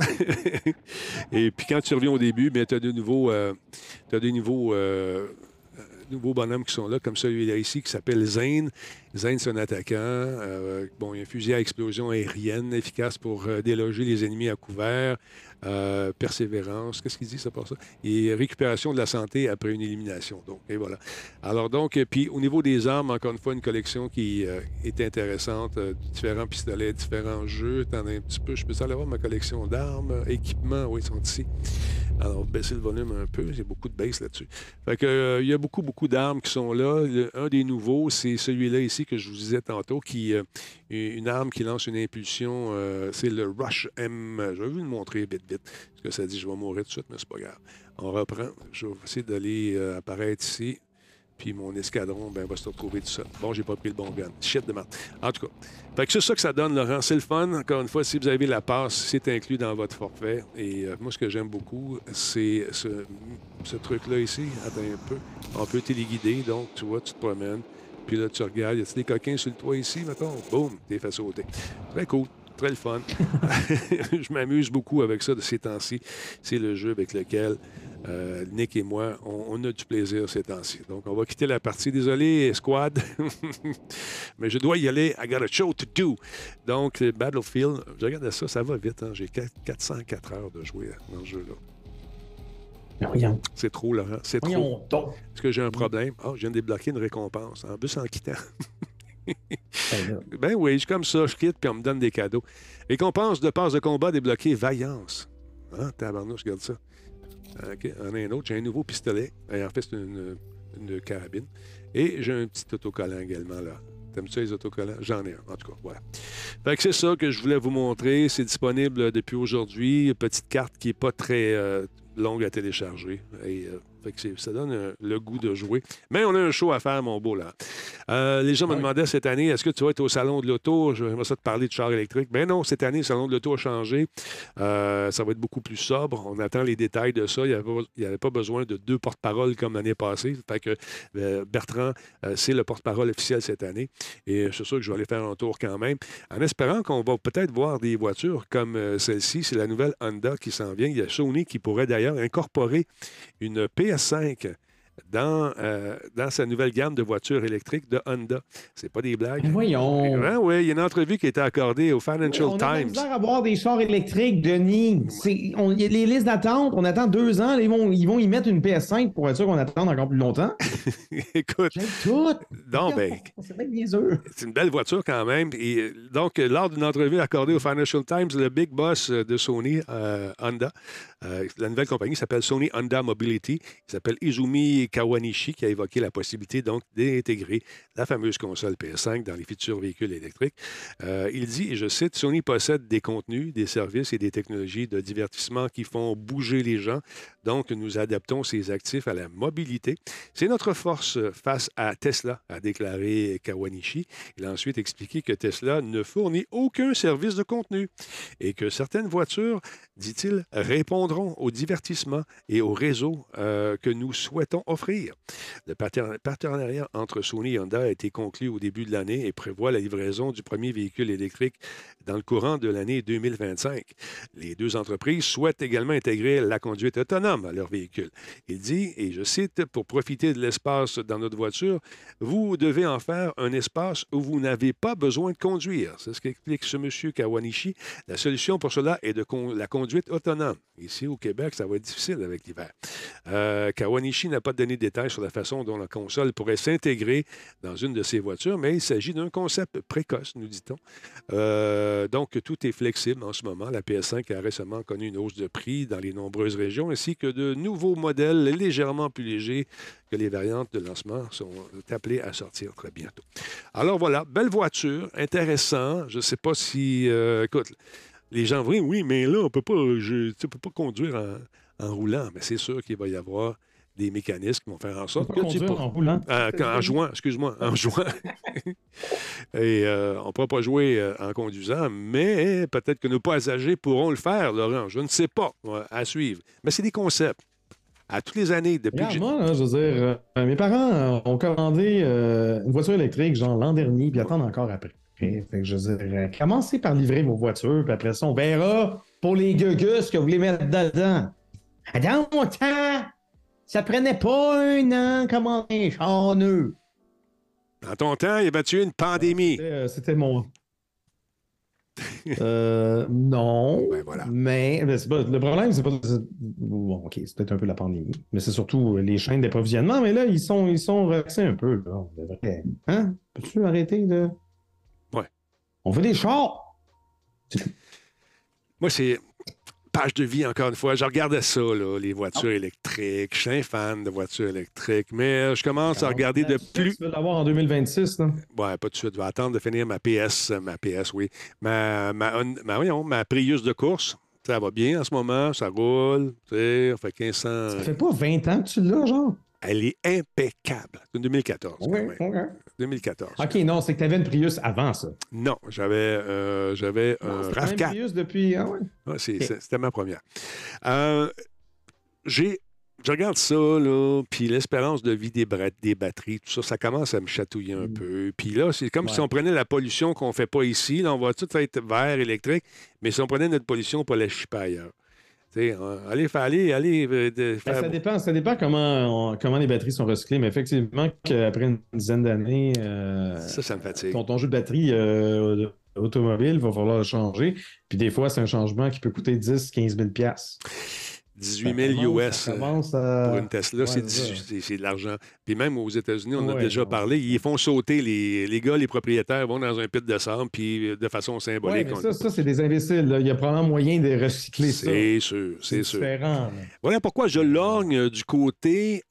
Et puis quand tu reviens au début, bien, tu as de nouveaux, euh, t'as des nouveaux, euh, nouveaux bonhommes qui sont là, comme celui-là ici, qui s'appelle Zane. Zane, c'est un attaquant. Euh, bon, il y a un fusil à explosion aérienne efficace pour euh, déloger les ennemis à couvert. Euh, persévérance, qu'est-ce qu'il dit ça pour ça? Et récupération de la santé après une élimination. Donc, et voilà. Alors donc, euh, puis au niveau des armes, encore une fois, une collection qui euh, est intéressante. Euh, différents pistolets, différents jeux. T'en as un petit peu. Je peux aller voir ma collection d'armes, équipements, oui, ils sont ici. Alors, baisser le volume un peu. J'ai beaucoup de bass là-dessus. Fait que, euh, il y a beaucoup, beaucoup d'armes qui sont là. Le, un des nouveaux, c'est celui-là ici que je vous disais tantôt, qui euh, une arme qui lance une impulsion. Euh, c'est le Rush M. Je vais vous le montrer vite, vite. Parce que ça dit, je vais mourir tout de suite, mais c'est pas grave. On reprend. Je vais essayer d'aller euh, apparaître ici. puis mon escadron ben, va se retrouver tout seul. Bon, j'ai pas pris le bon gun. Shit de merde. En tout cas, fait que c'est ça que ça donne, Laurent. C'est le fun. Encore une fois, si vous avez la passe, c'est inclus dans votre forfait. Et euh, moi, ce que j'aime beaucoup, c'est ce, ce truc-là ici. Attends un peu. On peut téléguider, donc tu vois, tu te promènes. Puis là, tu regardes, y a-t-il des coquins sur le toit ici, mettons? Boum, t'es fait sauter. Très cool. Très le fun. Je m'amuse beaucoup avec ça de ces temps-ci. C'est le jeu avec lequel euh, Nick et moi, on, on a du plaisir ces temps-ci. Donc, on va quitter la partie. Désolé, squad. Mais je dois y aller. I got a show to do. Donc, Battlefield, je regarde ça, ça va vite. Hein? J'ai quatre cent quatre heures de jouer dans ce jeu-là.
Voyons.
C'est trop, Laurent. C'est trop.
Voyons donc.
Est-ce que j'ai un problème? Ah, oh, je viens de débloquer une récompense. En plus, en quittant. Ben oui, je suis comme ça, je quitte puis on me donne des cadeaux. Récompense de passe de combat débloquée, Vaillance. Hein, tabarnouche, regarde ça. OK, on a un autre, j'ai un nouveau pistolet. Et en fait, c'est une, une carabine. Et j'ai un petit autocollant également, là. T'aimes-tu ça, les autocollants? J'en ai un, en tout cas, voilà. Fait que c'est ça que je voulais vous montrer. C'est disponible depuis aujourd'hui. Une petite carte qui n'est pas très euh, longue à télécharger. Et euh, fait que ça donne euh, le goût de jouer. Mais on a un show à faire, mon beau, là. Euh, les gens me demandaient cette année, est-ce que tu vas être au Salon de l'Auto? J'aimerais ça te parler de char électrique. Ben non, cette année, le Salon de l'Auto a changé. Euh, ça va être beaucoup plus sobre. On attend les détails de ça. Il n'y avait pas besoin de deux porte-paroles comme l'année passée. Fait que euh, Bertrand, euh, c'est le porte-parole officiel cette année. Et je suis sûr que je vais aller faire un tour quand même, en espérant qu'on va peut-être voir des voitures comme euh, celle-ci. C'est la nouvelle Honda qui s'en vient. Il y a Sony qui pourrait d'ailleurs incorporer une P S cinq dans, euh, dans sa nouvelle gamme de voitures électriques de Honda. C'est pas des blagues.
Voyons.
Hein, oui, il y a une entrevue qui a été accordée au Financial
on a de la
Times.
misère à avoir des chars électriques, Denis. C'est- on- Il y a les listes d'attente, on attend deux ans, là, ils, vont, ils vont y mettre une P S cinq pour être sûr qu'on attend encore plus longtemps.
Écoute,
J'ai tout.
non, ben,
C'est bien niaiseux.
c'est une belle voiture quand même. Et euh, donc, euh, lors d'une entrevue accordée au Financial Times, le big boss euh, de Sony, euh, Honda, euh, la nouvelle compagnie s'appelle Sony Honda Mobility. Il s'appelle Izumi Kawanishi, qui a évoqué la possibilité donc d'intégrer la fameuse console P S cinq dans les futurs véhicules électriques. Euh, il dit, et je cite, Sony possède des contenus, des services et des technologies de divertissement qui font bouger les gens. Donc, nous adaptons ces actifs à la mobilité. C'est notre force face à Tesla, a déclaré Kawanishi. Il a ensuite expliqué que Tesla ne fournit aucun service de contenu et que certaines voitures, dit-il, répondront au divertissement et au réseau euh, que nous souhaitons offrir. Le parten- partenariat entre Sony et Honda a été conclu au début de l'année et prévoit la livraison du premier véhicule électrique dans le courant de l'année deux mille vingt-cinq. Les deux entreprises souhaitent également intégrer la conduite autonome à leur véhicule. Il dit, et je cite, « Pour profiter de l'espace dans notre voiture, vous devez en faire un espace où vous n'avez pas besoin de conduire. » C'est ce qu'explique ce monsieur Kawanishi. La solution pour cela est de con- la conduite autonome. Ici, au Québec, ça va être difficile avec l'hiver. Euh, Kawanishi n'a pas donné de détails sur la façon dont la console pourrait s'intégrer dans une de ses voitures, mais il s'agit d'un concept précoce, nous dit-on. Euh, donc, tout est flexible en ce moment. La P S cinq a récemment connu une hausse de prix dans les nombreuses régions, ainsi que de nouveaux modèles légèrement plus légers que les variantes de lancement sont appelées à sortir très bientôt. Alors voilà, belle voiture, intéressant. Je ne sais pas si... euh, écoute, les gens vont dire, oui, mais là, on ne peut pas, je, tu peux pas conduire en, en roulant. Mais c'est sûr qu'il va y avoir des mécanismes qui vont faire en sorte
On
que
peut
tu
conduire
peux...
en roulant.
En, en jouant, excuse-moi, en jouant. Et euh, on ne pourra pas jouer euh, en conduisant, mais peut-être que nos passagers pourront le faire, Laurent. Je ne sais pas, ouais, à suivre. Mais c'est des concepts. À toutes les années, depuis
Regarde,
que j'ai...
moi, là, je veux dire, euh, mes parents euh, ont commandé euh, une voiture électrique, genre l'an dernier, puis attendent encore après. Fait que je veux dire, euh, commencez par livrer vos voitures, puis après ça, on verra pour les gugus que vous voulez mettre dedans. Dans mon temps, ça prenait pas un an commander un char neuf.
Dans ton temps, il y avait eu une pandémie.
C'était, euh, C'était mon. Euh, non.
Ben voilà.
Mais ben, c'est pas- le problème, c'est pas. c'est- Bon, OK, c'est peut-être un peu la pandémie. Mais c'est surtout euh, les chaînes d'approvisionnement. Mais là, ils sont, ils sont relaxés un peu. Là. On devrait- Hein? Peux-tu arrêter de.
Ouais.
On fait des chars!
Moi, c'est page de vie, encore une fois. Je regardais ça, là, les voitures électriques. Je suis un fan de voitures électriques, mais je commence à regarder de plus...
Tu veux l'avoir en deux mille vingt-six, là?
Ouais, pas tout de suite. Je vais attendre de finir ma P S. Ma P S, oui. Ma, ma, ma, voyons, ma Prius de course. Ça va bien en ce moment. Ça roule. Tu sais, on fait quinze cents...
Ça fait pas vingt ans que tu l'as, genre?
Elle est impeccable. C'est une deux mille quatorze.
Oui,
quand même.
OK.
deux mille quatorze.
OK, non, c'est que tu avais une Prius avant ça.
Non, j'avais, euh, j'avais un
C'est quand
RAV
même
quatre.
Prius depuis... Ah ouais.
Ouais, c'est-
OK.
c'est- C'était ma première. Euh, j'ai, je regarde ça, là, puis l'espérance de vie des, bra- des batteries, tout ça, ça commence à me chatouiller un
Mm.
peu. Puis là, c'est comme
Ouais.
si on prenait la pollution qu'on ne fait pas ici. Là, on va tout être vert, électrique, mais si on prenait notre pollution pour la chipper ailleurs. Tu sais, hein, allez, fa- allez, allez euh, de-
Ben,
faire...
ça dépend, ça dépend comment, on- comment les batteries sont recyclées, mais effectivement, qu'après une dizaine d'années, euh,
Ça, ça me fatigue.
ton, ton jeu de batterie euh, automobile, il va falloir le changer. Puis des fois, c'est un changement qui peut coûter dix, quinze mille dollars.
dix-huit mille U S
Ça
euh,
commence à...
pour une Tesla,
Ouais,
c'est,
c'est
dix-
ça.
c'est- c'est de l'argent. Puis même aux États-Unis, on a
Ouais,
déjà
non.
parlé, ils font sauter les, les gars, les propriétaires vont dans un pit de sable, puis euh, de façon
Ouais,
symbolique.
mais
on-
ça, ça c'est des imbéciles. Là. Il y a probablement moyen de recycler ça.
c'est sûr, c'est sûr.
différent. là.
Voilà pourquoi je lorgne euh, du côté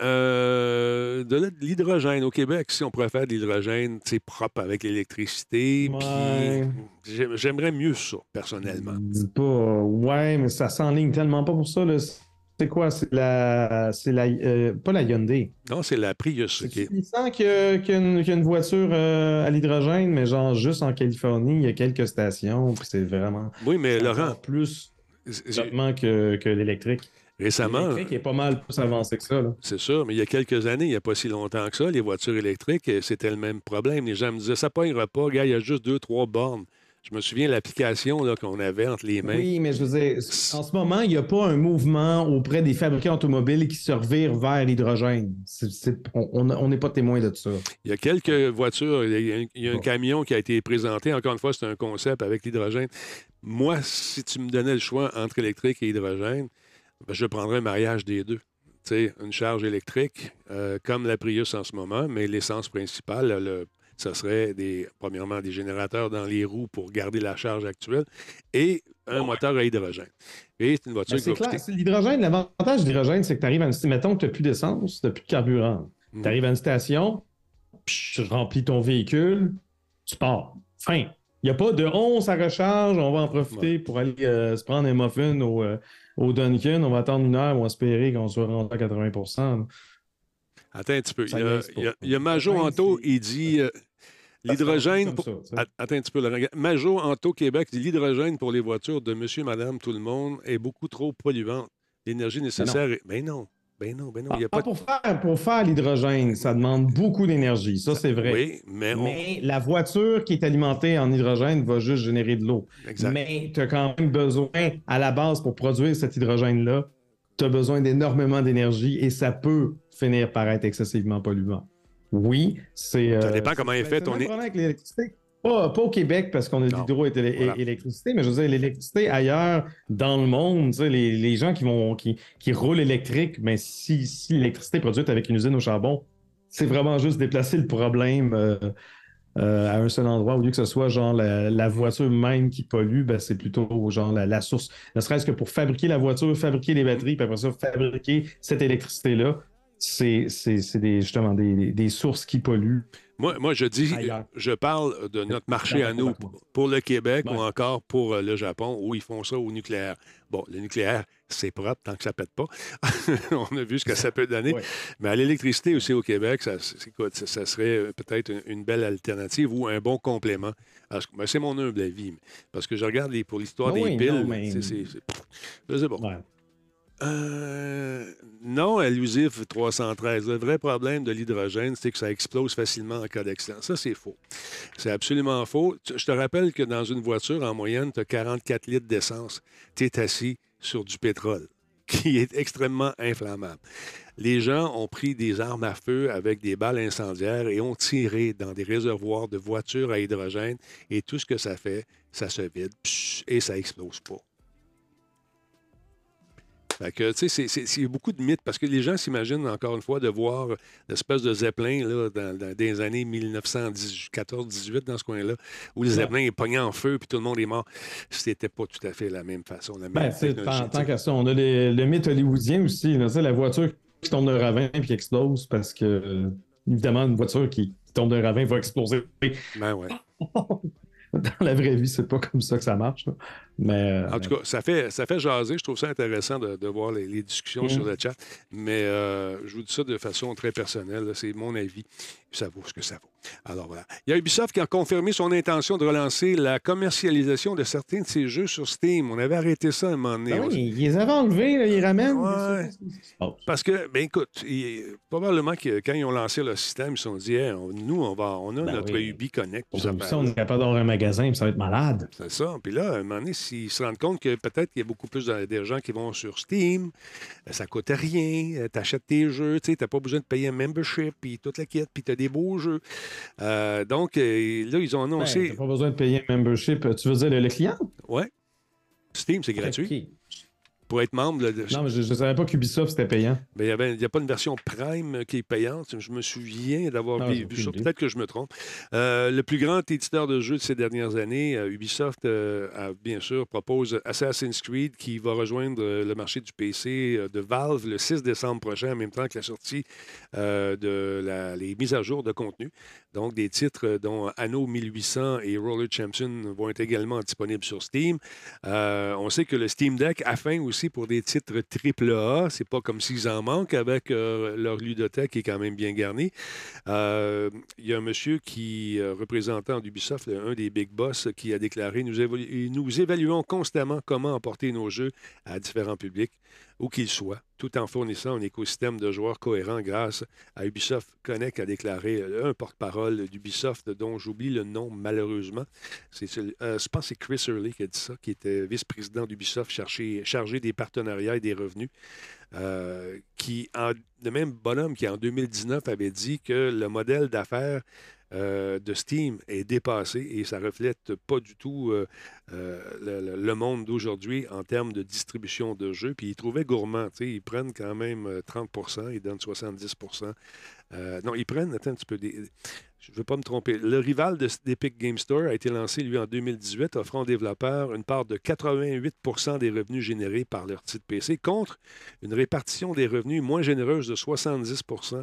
euh, de la- de l'hydrogène. Au Québec, si on pourrait faire de l'hydrogène, c'est propre avec l'électricité.
Ouais.
Puis j'ai- j'aimerais mieux ça, personnellement.
Dis pas, euh, ouais, mais ça s'enligne tellement pas pour ça. Là. C'est quoi? C'est la. C'est la. euh, pas la Hyundai.
Non, c'est la Prius.
C'est
OK.
Nissan qu'il y a, qu'il y a une, qu'il y a une voiture euh, à l'hydrogène, mais genre juste en Californie, il y a quelques stations, puis c'est vraiment.
Oui, mais
c'est
Laurent,
encore plus
j'ai-
développement que, que l'électrique.
récemment,
L'électrique est pas mal plus avancé que ça. Là.
c'est sûr, mais il y a quelques années, il n'y a pas si longtemps que ça, les voitures électriques, euh, c'était le même problème. Les gens me disaient, ça ne pognera pas, gars, il y a juste deux, trois bornes. Je me souviens de l'application là, qu'on avait entre les mains.
Oui, mais je veux dire, en ce moment, il n'y a pas un mouvement auprès des fabricants automobiles qui se revirent vers l'hydrogène. C'est- c'est- on on n'est pas témoin de ça.
Il y a quelques voitures, il y a, un- il y a un
Bon.
camion qui a été présenté. Encore une fois, c'est un concept avec l'hydrogène. Moi, si tu me donnais le choix entre électrique et hydrogène, ben, je prendrais un mariage des deux. Tu sais, une charge électrique, euh, comme la Prius en ce moment, mais l'essence principale, le, ce serait des, premièrement des générateurs dans les roues pour garder la charge actuelle et un moteur à hydrogène. Et c'est une voiture
Ben,
qui
c'est
va
clair,
coûter-
c'est l'hydrogène. L'avantage de l'hydrogène, c'est que tu arrives à une station, mettons que tu n'as plus d'essence, tu n'as plus de carburant.
Mm.
Tu arrives à une station, puis tu remplis ton véhicule, tu pars. Fin. Il n'y a pas de on, ça recharge, on va en profiter pour aller euh, se prendre un muffin au, euh, au Dunkin', on va attendre une heure, on va espérer qu'on soit rendu à quatre-vingts pour cent.
Attends un petit peu. Il
Ça
y a,
niaise pas.
il y a- il y a Majo
Ouais,
Anto,
c'est-
il dit euh, l'hydrogène.
Comme
pour-
ça, tu sais.
Att- Attends un petit peu, Laurent. Majo Anto Québec dit l'hydrogène pour les voitures de monsieur, madame, tout le monde est beaucoup trop polluante. L'énergie nécessaire. est- Ben non. Ben non, ben non. Il y a
Ah,
pas
pour, faire, pour faire l'hydrogène, ça demande beaucoup d'énergie. Ça, c'est vrai.
Oui, mais on.
Mais la voiture qui est alimentée en hydrogène va juste générer de l'eau.
Exact.
Mais tu as quand même besoin, à la base, pour produire cet hydrogène-là, tu as besoin d'énormément d'énergie et ça peut finir par être excessivement polluant. Oui, c'est.
Ça
euh,
dépend comment
c'est-
il est fait,
c'est
on
le même
est-
problème avec l'électricité. Pas, pas au Québec parce qu'on a de
Non.
l'hydroélectricité,
Voilà.
mais je veux dire, l'électricité ailleurs dans le monde, tu sais, les, les gens qui vont qui, qui roulent électrique, mais si, si l'électricité est produite avec une usine au charbon, c'est vraiment juste déplacer le problème euh, euh, à un seul endroit, au lieu que ce soit genre la, la voiture même qui pollue, ben, c'est plutôt genre la, la source. Ne serait-ce que pour fabriquer la voiture, fabriquer les batteries, puis après ça, fabriquer cette électricité-là, c'est c'est- c'est des, justement des, des sources qui polluent.
Moi, moi, je dis,
Ailleurs.
je parle de notre marché à nous,
Complètement.
pour le Québec
Ouais.
ou encore pour euh, le Japon, où ils font ça au nucléaire. Bon, le nucléaire, c'est propre tant que ça pète pas. On a vu ce que ça peut donner.
Ouais.
Mais à l'électricité aussi au Québec, ça, c'est- écoute, ça, ça serait euh, peut-être une, une belle alternative ou un bon complément. Parce que- ben, c'est mon humble avis. Parce que je regarde les, pour l'histoire
Ah
des
oui,
piles.
non, mais-
c'est, c'est, c'est- je sais pas.
Ouais.
Euh, non, allusif trois cent treize. Le vrai problème de l'hydrogène, c'est que ça explose facilement en cas d'accident. Ça, c'est faux. C'est absolument faux. Tu- Je te rappelle que dans une voiture, en moyenne, tu as quarante-quatre litres d'essence. Tu es assis sur du pétrole, qui est extrêmement inflammable. Les gens ont pris des armes à feu avec des balles incendiaires et ont tiré dans des réservoirs de voitures à hydrogène. Et tout ce que ça fait, ça se vide psh, et ça explose pas. Fait que, tu sais, c'est- c'est c'est beaucoup de mythes parce que les gens s'imaginent, encore une fois, de voir l'espèce de Zeppelin là, dans, dans des années mille neuf cent quatorze dix-huit dans ce coin-là, où le
Ouais.
Zeppelin est pogné en feu puis tout le monde est mort. C'était pas tout à fait la même façon, la même
Ben, c'est-
technologie,
tant,
tu sais.
tant qu'à ça, on a les- le mythe hollywoodien aussi. Là, tu sais, la voiture qui tombe d'un ravin et qui explose parce que, euh, évidemment, une voiture qui, qui tombe d'un ravin va exploser.
Ben ouais.
Dans la vraie vie, c'est pas comme ça que ça marche. là. Mais, euh,
En tout cas, ça fait, ça fait jaser. Je trouve ça intéressant de, de voir les, les discussions
Mm.
sur le chat. Mais euh, je vous dis ça de façon très personnelle. là. C'est mon avis. Ça vaut ce que ça vaut. Alors voilà. Il y a Ubisoft qui a confirmé son intention de relancer la commercialisation de certains de ses jeux sur Steam. On avait arrêté ça à un moment donné.
ben
On-
oui, ils les avaient enlevés, là, ils les ramènent.
Ouais.
Qu'est-ce qui se passe?
Parce que, ben écoute, il- probablement que quand ils ont lancé le système, ils se sont dit, Hey, on- nous, on, va, on a
Ben
notre
oui.
Ubi Connect.
Pour
ça
ça,
fait-
on est capable d'avoir un magasin, puis ça va être malade.
C'est ça. Puis là, à un moment donné, s'ils se rendent compte que peut-être qu'il y a beaucoup plus de, de gens qui vont sur Steam, euh, ça coûte rien, tu achètes tes jeux, tu n'as pas besoin de payer un membership, puis toute la quête, puis tu as des beaux jeux. Euh, donc, euh, là, ils ont
Ben,
annoncé.
t'as pas besoin de payer un membership. Tu veux dire le, le client?
Ouais. Steam, c'est gratuit.
Ok.
Pour être membre, là, de-
Non, mais je ne savais pas qu'Ubisoft c'était payant.
ben, il y avait- il n'y a pas une version Prime qui est payante. Je me souviens d'avoir
Ah,
vu,
j'ai
vu
aucune
ça.
idée.
Peut-être que je me trompe. Euh, le plus grand éditeur de jeux de ces dernières années, euh, Ubisoft, euh, a, bien sûr, propose Assassin's Creed qui va rejoindre euh, le marché du P C euh, de Valve le six décembre prochain, en même temps que la sortie euh, de la- les mises à jour de contenu. Donc, des titres euh, dont Anno mille huit cents et Roller Champion vont être également disponibles sur Steam. Euh, on sait que le Steam Deck a faim aussi pour des titres triple A. C'est pas comme s'ils en manquent avec euh, leur ludothèque qui est quand même bien garnie. Euh, Il y a un monsieur qui, euh, représentant d'Ubisoft, le- un des big boss, qui a déclaré nous, évalu- nous évaluons constamment comment emporter nos jeux à différents publics, où qu'ils soient, tout en fournissant un écosystème de joueurs cohérent grâce à Ubisoft Connect, a déclaré un porte-parole d'Ubisoft dont j'oublie le nom malheureusement. C'est celui- euh, je pense que c'est Chris Hurley qui a dit ça, qui était vice-président d'Ubisoft chargé, chargé des partenariats et des revenus. Euh, qui, en- le même bonhomme qui en deux mille dix-neuf avait dit que le modèle d'affaires euh, de Steam est dépassé et ça ne reflète pas du tout euh, euh, le, le- le monde d'aujourd'hui en termes de distribution de jeux. Puis ils trouvaient gourmand. tu sais, Ils prennent quand même euh, trente pour cent, ils donnent soixante-dix pour cent. Euh, non, ils prennent, attends un petit peu, des- je ne veux pas me tromper. Le rival de- d'Epic Game Store a été lancé, lui, en deux mille dix-huit, offrant aux développeurs une part de quatre-vingt-huit pour cent des revenus générés par leur titre P C, contre une répartition des revenus moins généreuse de soixante-dix pour cent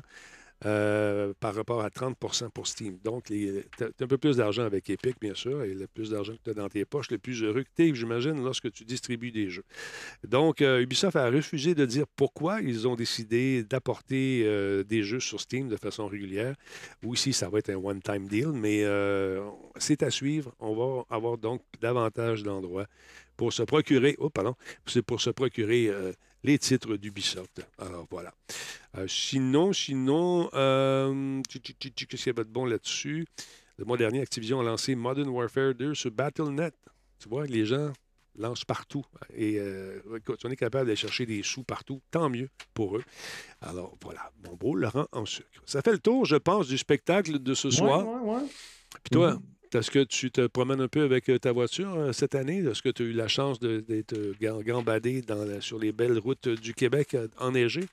euh, par rapport à trente pour cent pour Steam. Donc, tu as un peu plus d'argent avec Epic, bien sûr, et le plus d'argent que tu as dans tes poches, le plus heureux que tu es, j'imagine, lorsque tu distribues des jeux. Donc, euh, Ubisoft a refusé de dire pourquoi ils ont décidé d'apporter euh, des jeux sur Steam de façon régulière, ou ici, ça va être un one-time deal, mais euh, c'est à suivre. On va avoir donc davantage d'endroits pour se procurer, oh, pardon, c'est pour se procurer euh, les titres d'Ubisoft. Alors, voilà. Euh, sinon, sinon, euh, tchi, tchi, tchi, tchi, qu'est-ce qu'il y avait de bon là-dessus? Le mois dernier, Activision a lancé Modern Warfare deux sur Battle point net. Tu vois, les gens lancent partout. Et euh, écoute, si on est capable d'aller chercher des sous partout, tant mieux pour eux. Alors, voilà. Mon beau Laurent en sucre. Ça fait le tour, je pense, du spectacle de ce soir.
Ouais, ouais, ouais.
Puis toi, est-ce que tu te promènes un peu avec euh, ta voiture euh, cette année? Est-ce que tu as eu la chance de- d'être euh, ga- gambadé dans la- sur les belles routes euh, du Québec euh, enneigées?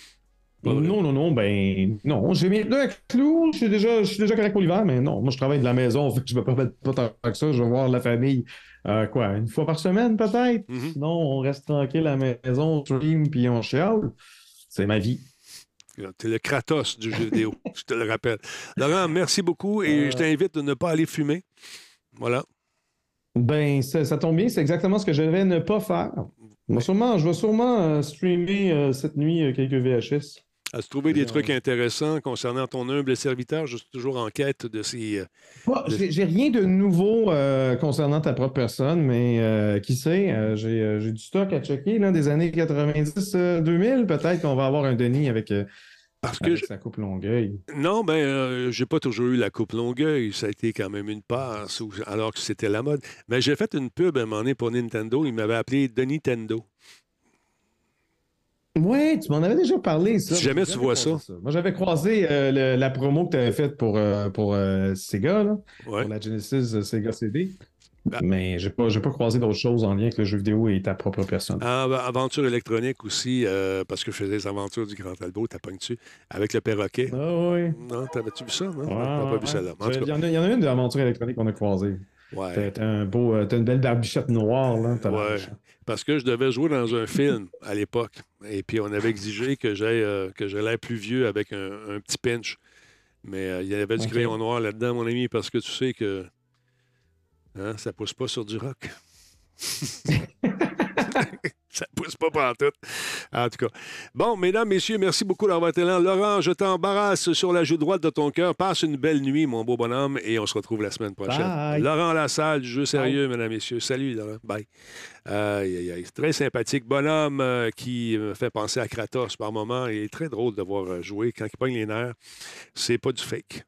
Pas vrai.
Non, non, non, ben non. J'ai mis deux clous, je suis déjà, je suis déjà correct pour l'hiver, mais non, moi je travaille de la maison, fait que je me permets pas tant que ça. Je vais voir la famille, euh, quoi, une fois par semaine peut-être.
Mhm.
Sinon, on reste tranquille à la maison, on stream, puis on chiale. C'est ma vie.
Tu es le Kratos du jeu vidéo, je te le rappelle. Laurent, merci beaucoup et je t'invite de ne pas aller fumer. Voilà.
Ben, ça, ça tombe bien, c'est exactement ce que je vais ne pas faire. Moi, sûrement, je vais sûrement euh, streamer euh, cette nuit euh, quelques V H S.
À se trouver des
Euh,
trucs intéressants concernant ton humble serviteur. Je suis toujours en quête de ces. euh,
Pas- J'ai j'ai rien de nouveau euh, concernant ta propre personne, mais euh, qui sait, euh, j'ai euh, j'ai du stock à checker là, des années quatre-vingt-dix deux mille. Peut-être qu'on va avoir un Denis avec, euh,
Parce que
avec
je-
sa coupe Longueuil.
Non, ben, euh, j'ai pas toujours eu la coupe Longueuil. Ça a été quand même une passe, ou- alors que c'était la mode. Mais j'ai fait une pub à un moment donné pour Nintendo. Il m'avait appelé Denis Tendo.
Ouais, tu m'en avais déjà parlé, ça.
Si jamais
J'ai
tu vois
croisé
ça.
Moi, j'avais croisé euh, le- la promo que tu avais faite pour, euh, pour euh, Sega, là,
Ouais.
pour la Genesis euh, Sega C D.
Ah.
Mais j'ai pas, j'ai pas croisé d'autres choses en lien avec le jeu vidéo et ta propre personne.
Ah, ben, aventure électronique aussi, euh, parce que je faisais les aventures du Grand Albo, t'as pas dessus, avec le perroquet.
Ah oui.
Non, t'avais-tu vu ça? Non,
Ouais,
t'as pas
ouais,
vu celle-là. En tout
Il y,
cas,
en a- il y en a une de l'aventure électronique qu'on a croisée.
ouais.
T'as t'as un beau, euh, t'as une belle barbichette noire, là. t'as
Ouais,
l'air-
parce que je devais jouer dans un film à l'époque. Et puis, on avait exigé que j'aie euh, que j'ai l'air plus vieux avec un, un petit pinch. Mais euh, il y avait du
Ok.
crayon noir là-dedans, mon ami, parce que tu sais que hein, ça pousse pas sur du rock. Ça pousse pas partout. En tout cas. Bon, mesdames, messieurs, merci beaucoup d'avoir été là. Laurent, je t'embarrasse sur la joue droite de ton cœur. Passe une belle nuit, mon beau bonhomme, et on se retrouve la semaine prochaine.
Bye.
Laurent Lassalle, du jeu sérieux, mesdames, messieurs. Salut, Laurent. Bye. Aïe, aïe, aïe. Très sympathique bonhomme euh, qui me fait penser à Kratos par moment. Il est très drôle de voir euh, jouer. Quand il pogne les nerfs, c'est pas du fake.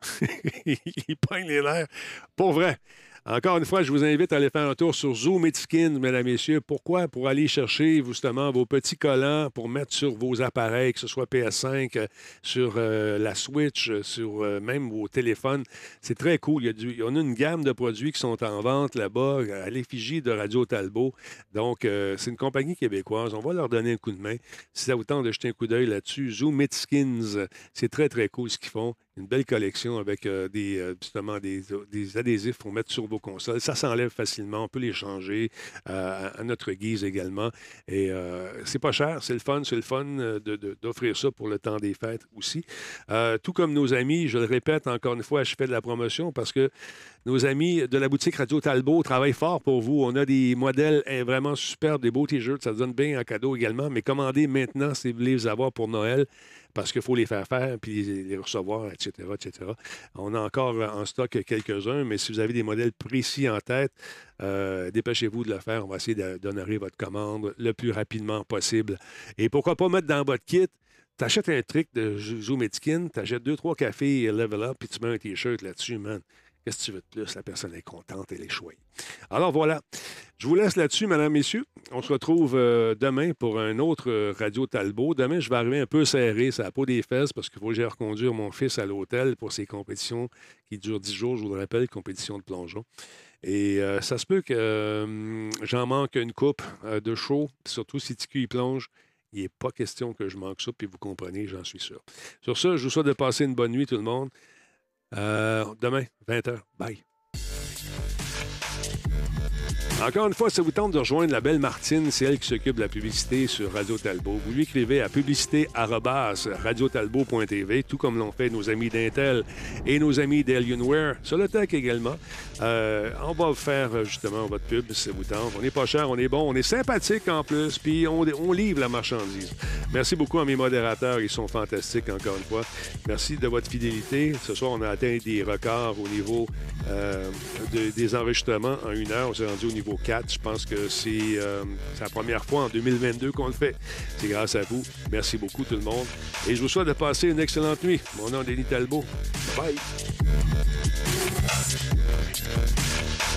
Il pogne les nerfs pour vrai. Encore une fois, je vous invite à aller faire un tour sur Zoom It Skins, mesdames et messieurs. Pourquoi? Pour aller chercher justement vos petits collants pour mettre sur vos appareils, que ce soit P S cinq, euh, sur euh, la Switch, euh, sur euh, même vos téléphones. C'est très cool. Il y a du, on a une gamme de produits qui sont en vente là-bas à l'effigie de Radio Talbot. Donc, euh, c'est une compagnie québécoise. On va leur donner un coup de main. Si ça vous tente de jeter un coup d'œil là-dessus, Zoom It Skins, c'est très, très cool ce qu'ils font. Une belle collection avec euh, des, euh, justement des, des adhésifs pour mettre sur vos consoles. Ça s'enlève facilement. On peut les changer euh, à notre guise également. Et euh, c'est pas cher. C'est le fun. C'est le fun de, de, d'offrir ça pour le temps des fêtes aussi. Euh, tout comme nos amis, je le répète encore une fois, je fais de la promotion parce que nos amis de la boutique Radio Talbot travaillent fort pour vous. On a des modèles vraiment superbes, des beaux t-shirts. Ça donne bien en cadeau également. Mais commandez maintenant si vous voulez les avoir pour Noël, parce qu'il faut les faire faire puis les, les recevoir, et cetera, et cetera. On a encore en stock quelques-uns, mais si vous avez des modèles précis en tête, euh, dépêchez-vous de le faire. On va essayer d'honorer votre commande le plus rapidement possible. Et pourquoi pas mettre dans votre kit, t'achètes un trick de Zoom It Skin, t'achètes deux, trois cafés et Level Up, puis tu mets un T-shirt là-dessus, man. Qu'est-ce que tu veux de plus? La personne est contente, elle est chouette. Alors voilà, je vous laisse là-dessus, mesdames, messieurs. On se retrouve euh, demain pour un autre euh, Radio Talbot. Demain, je vais arriver un peu serré, ça n'a pas des fesses, parce qu'il faut que j'aille reconduire mon fils à l'hôtel pour ses compétitions qui durent dix jours, je vous le rappelle, compétition de plongeon. Et euh, ça se peut que euh, j'en manque une coupe euh, de show, surtout si T Q y plonge. Il n'est pas question que je manque ça, puis vous comprenez, j'en suis sûr. Sur ça, je vous souhaite de passer une bonne nuit, tout le monde. Euh, demain, vingt heures. Bye. Encore une fois, si ça vous tente de rejoindre la belle Martine, c'est elle qui s'occupe de la publicité sur Radio Talbot. Vous lui écrivez à publicité arobase radiotalbot point t v, tout comme l'ont fait nos amis d'Intel et nos amis d'Alienware. Sur le tech également. Euh, on va faire justement votre pub si ça vous tente. On n'est pas cher, on est bon, on est sympathique en plus, puis on, on livre la marchandise. Merci beaucoup à mes modérateurs, ils sont fantastiques encore une fois. Merci de votre fidélité. Ce soir, on a atteint des records au niveau euh, de, des enregistrements en une heure. On s'est rendu au niveau quatre. Je pense que c'est euh, la première fois en deux mille vingt-deux qu'on le fait. C'est grâce à vous. Merci beaucoup tout le monde. Et je vous souhaite de passer une excellente nuit. Mon nom est Denis Talbot. Bye.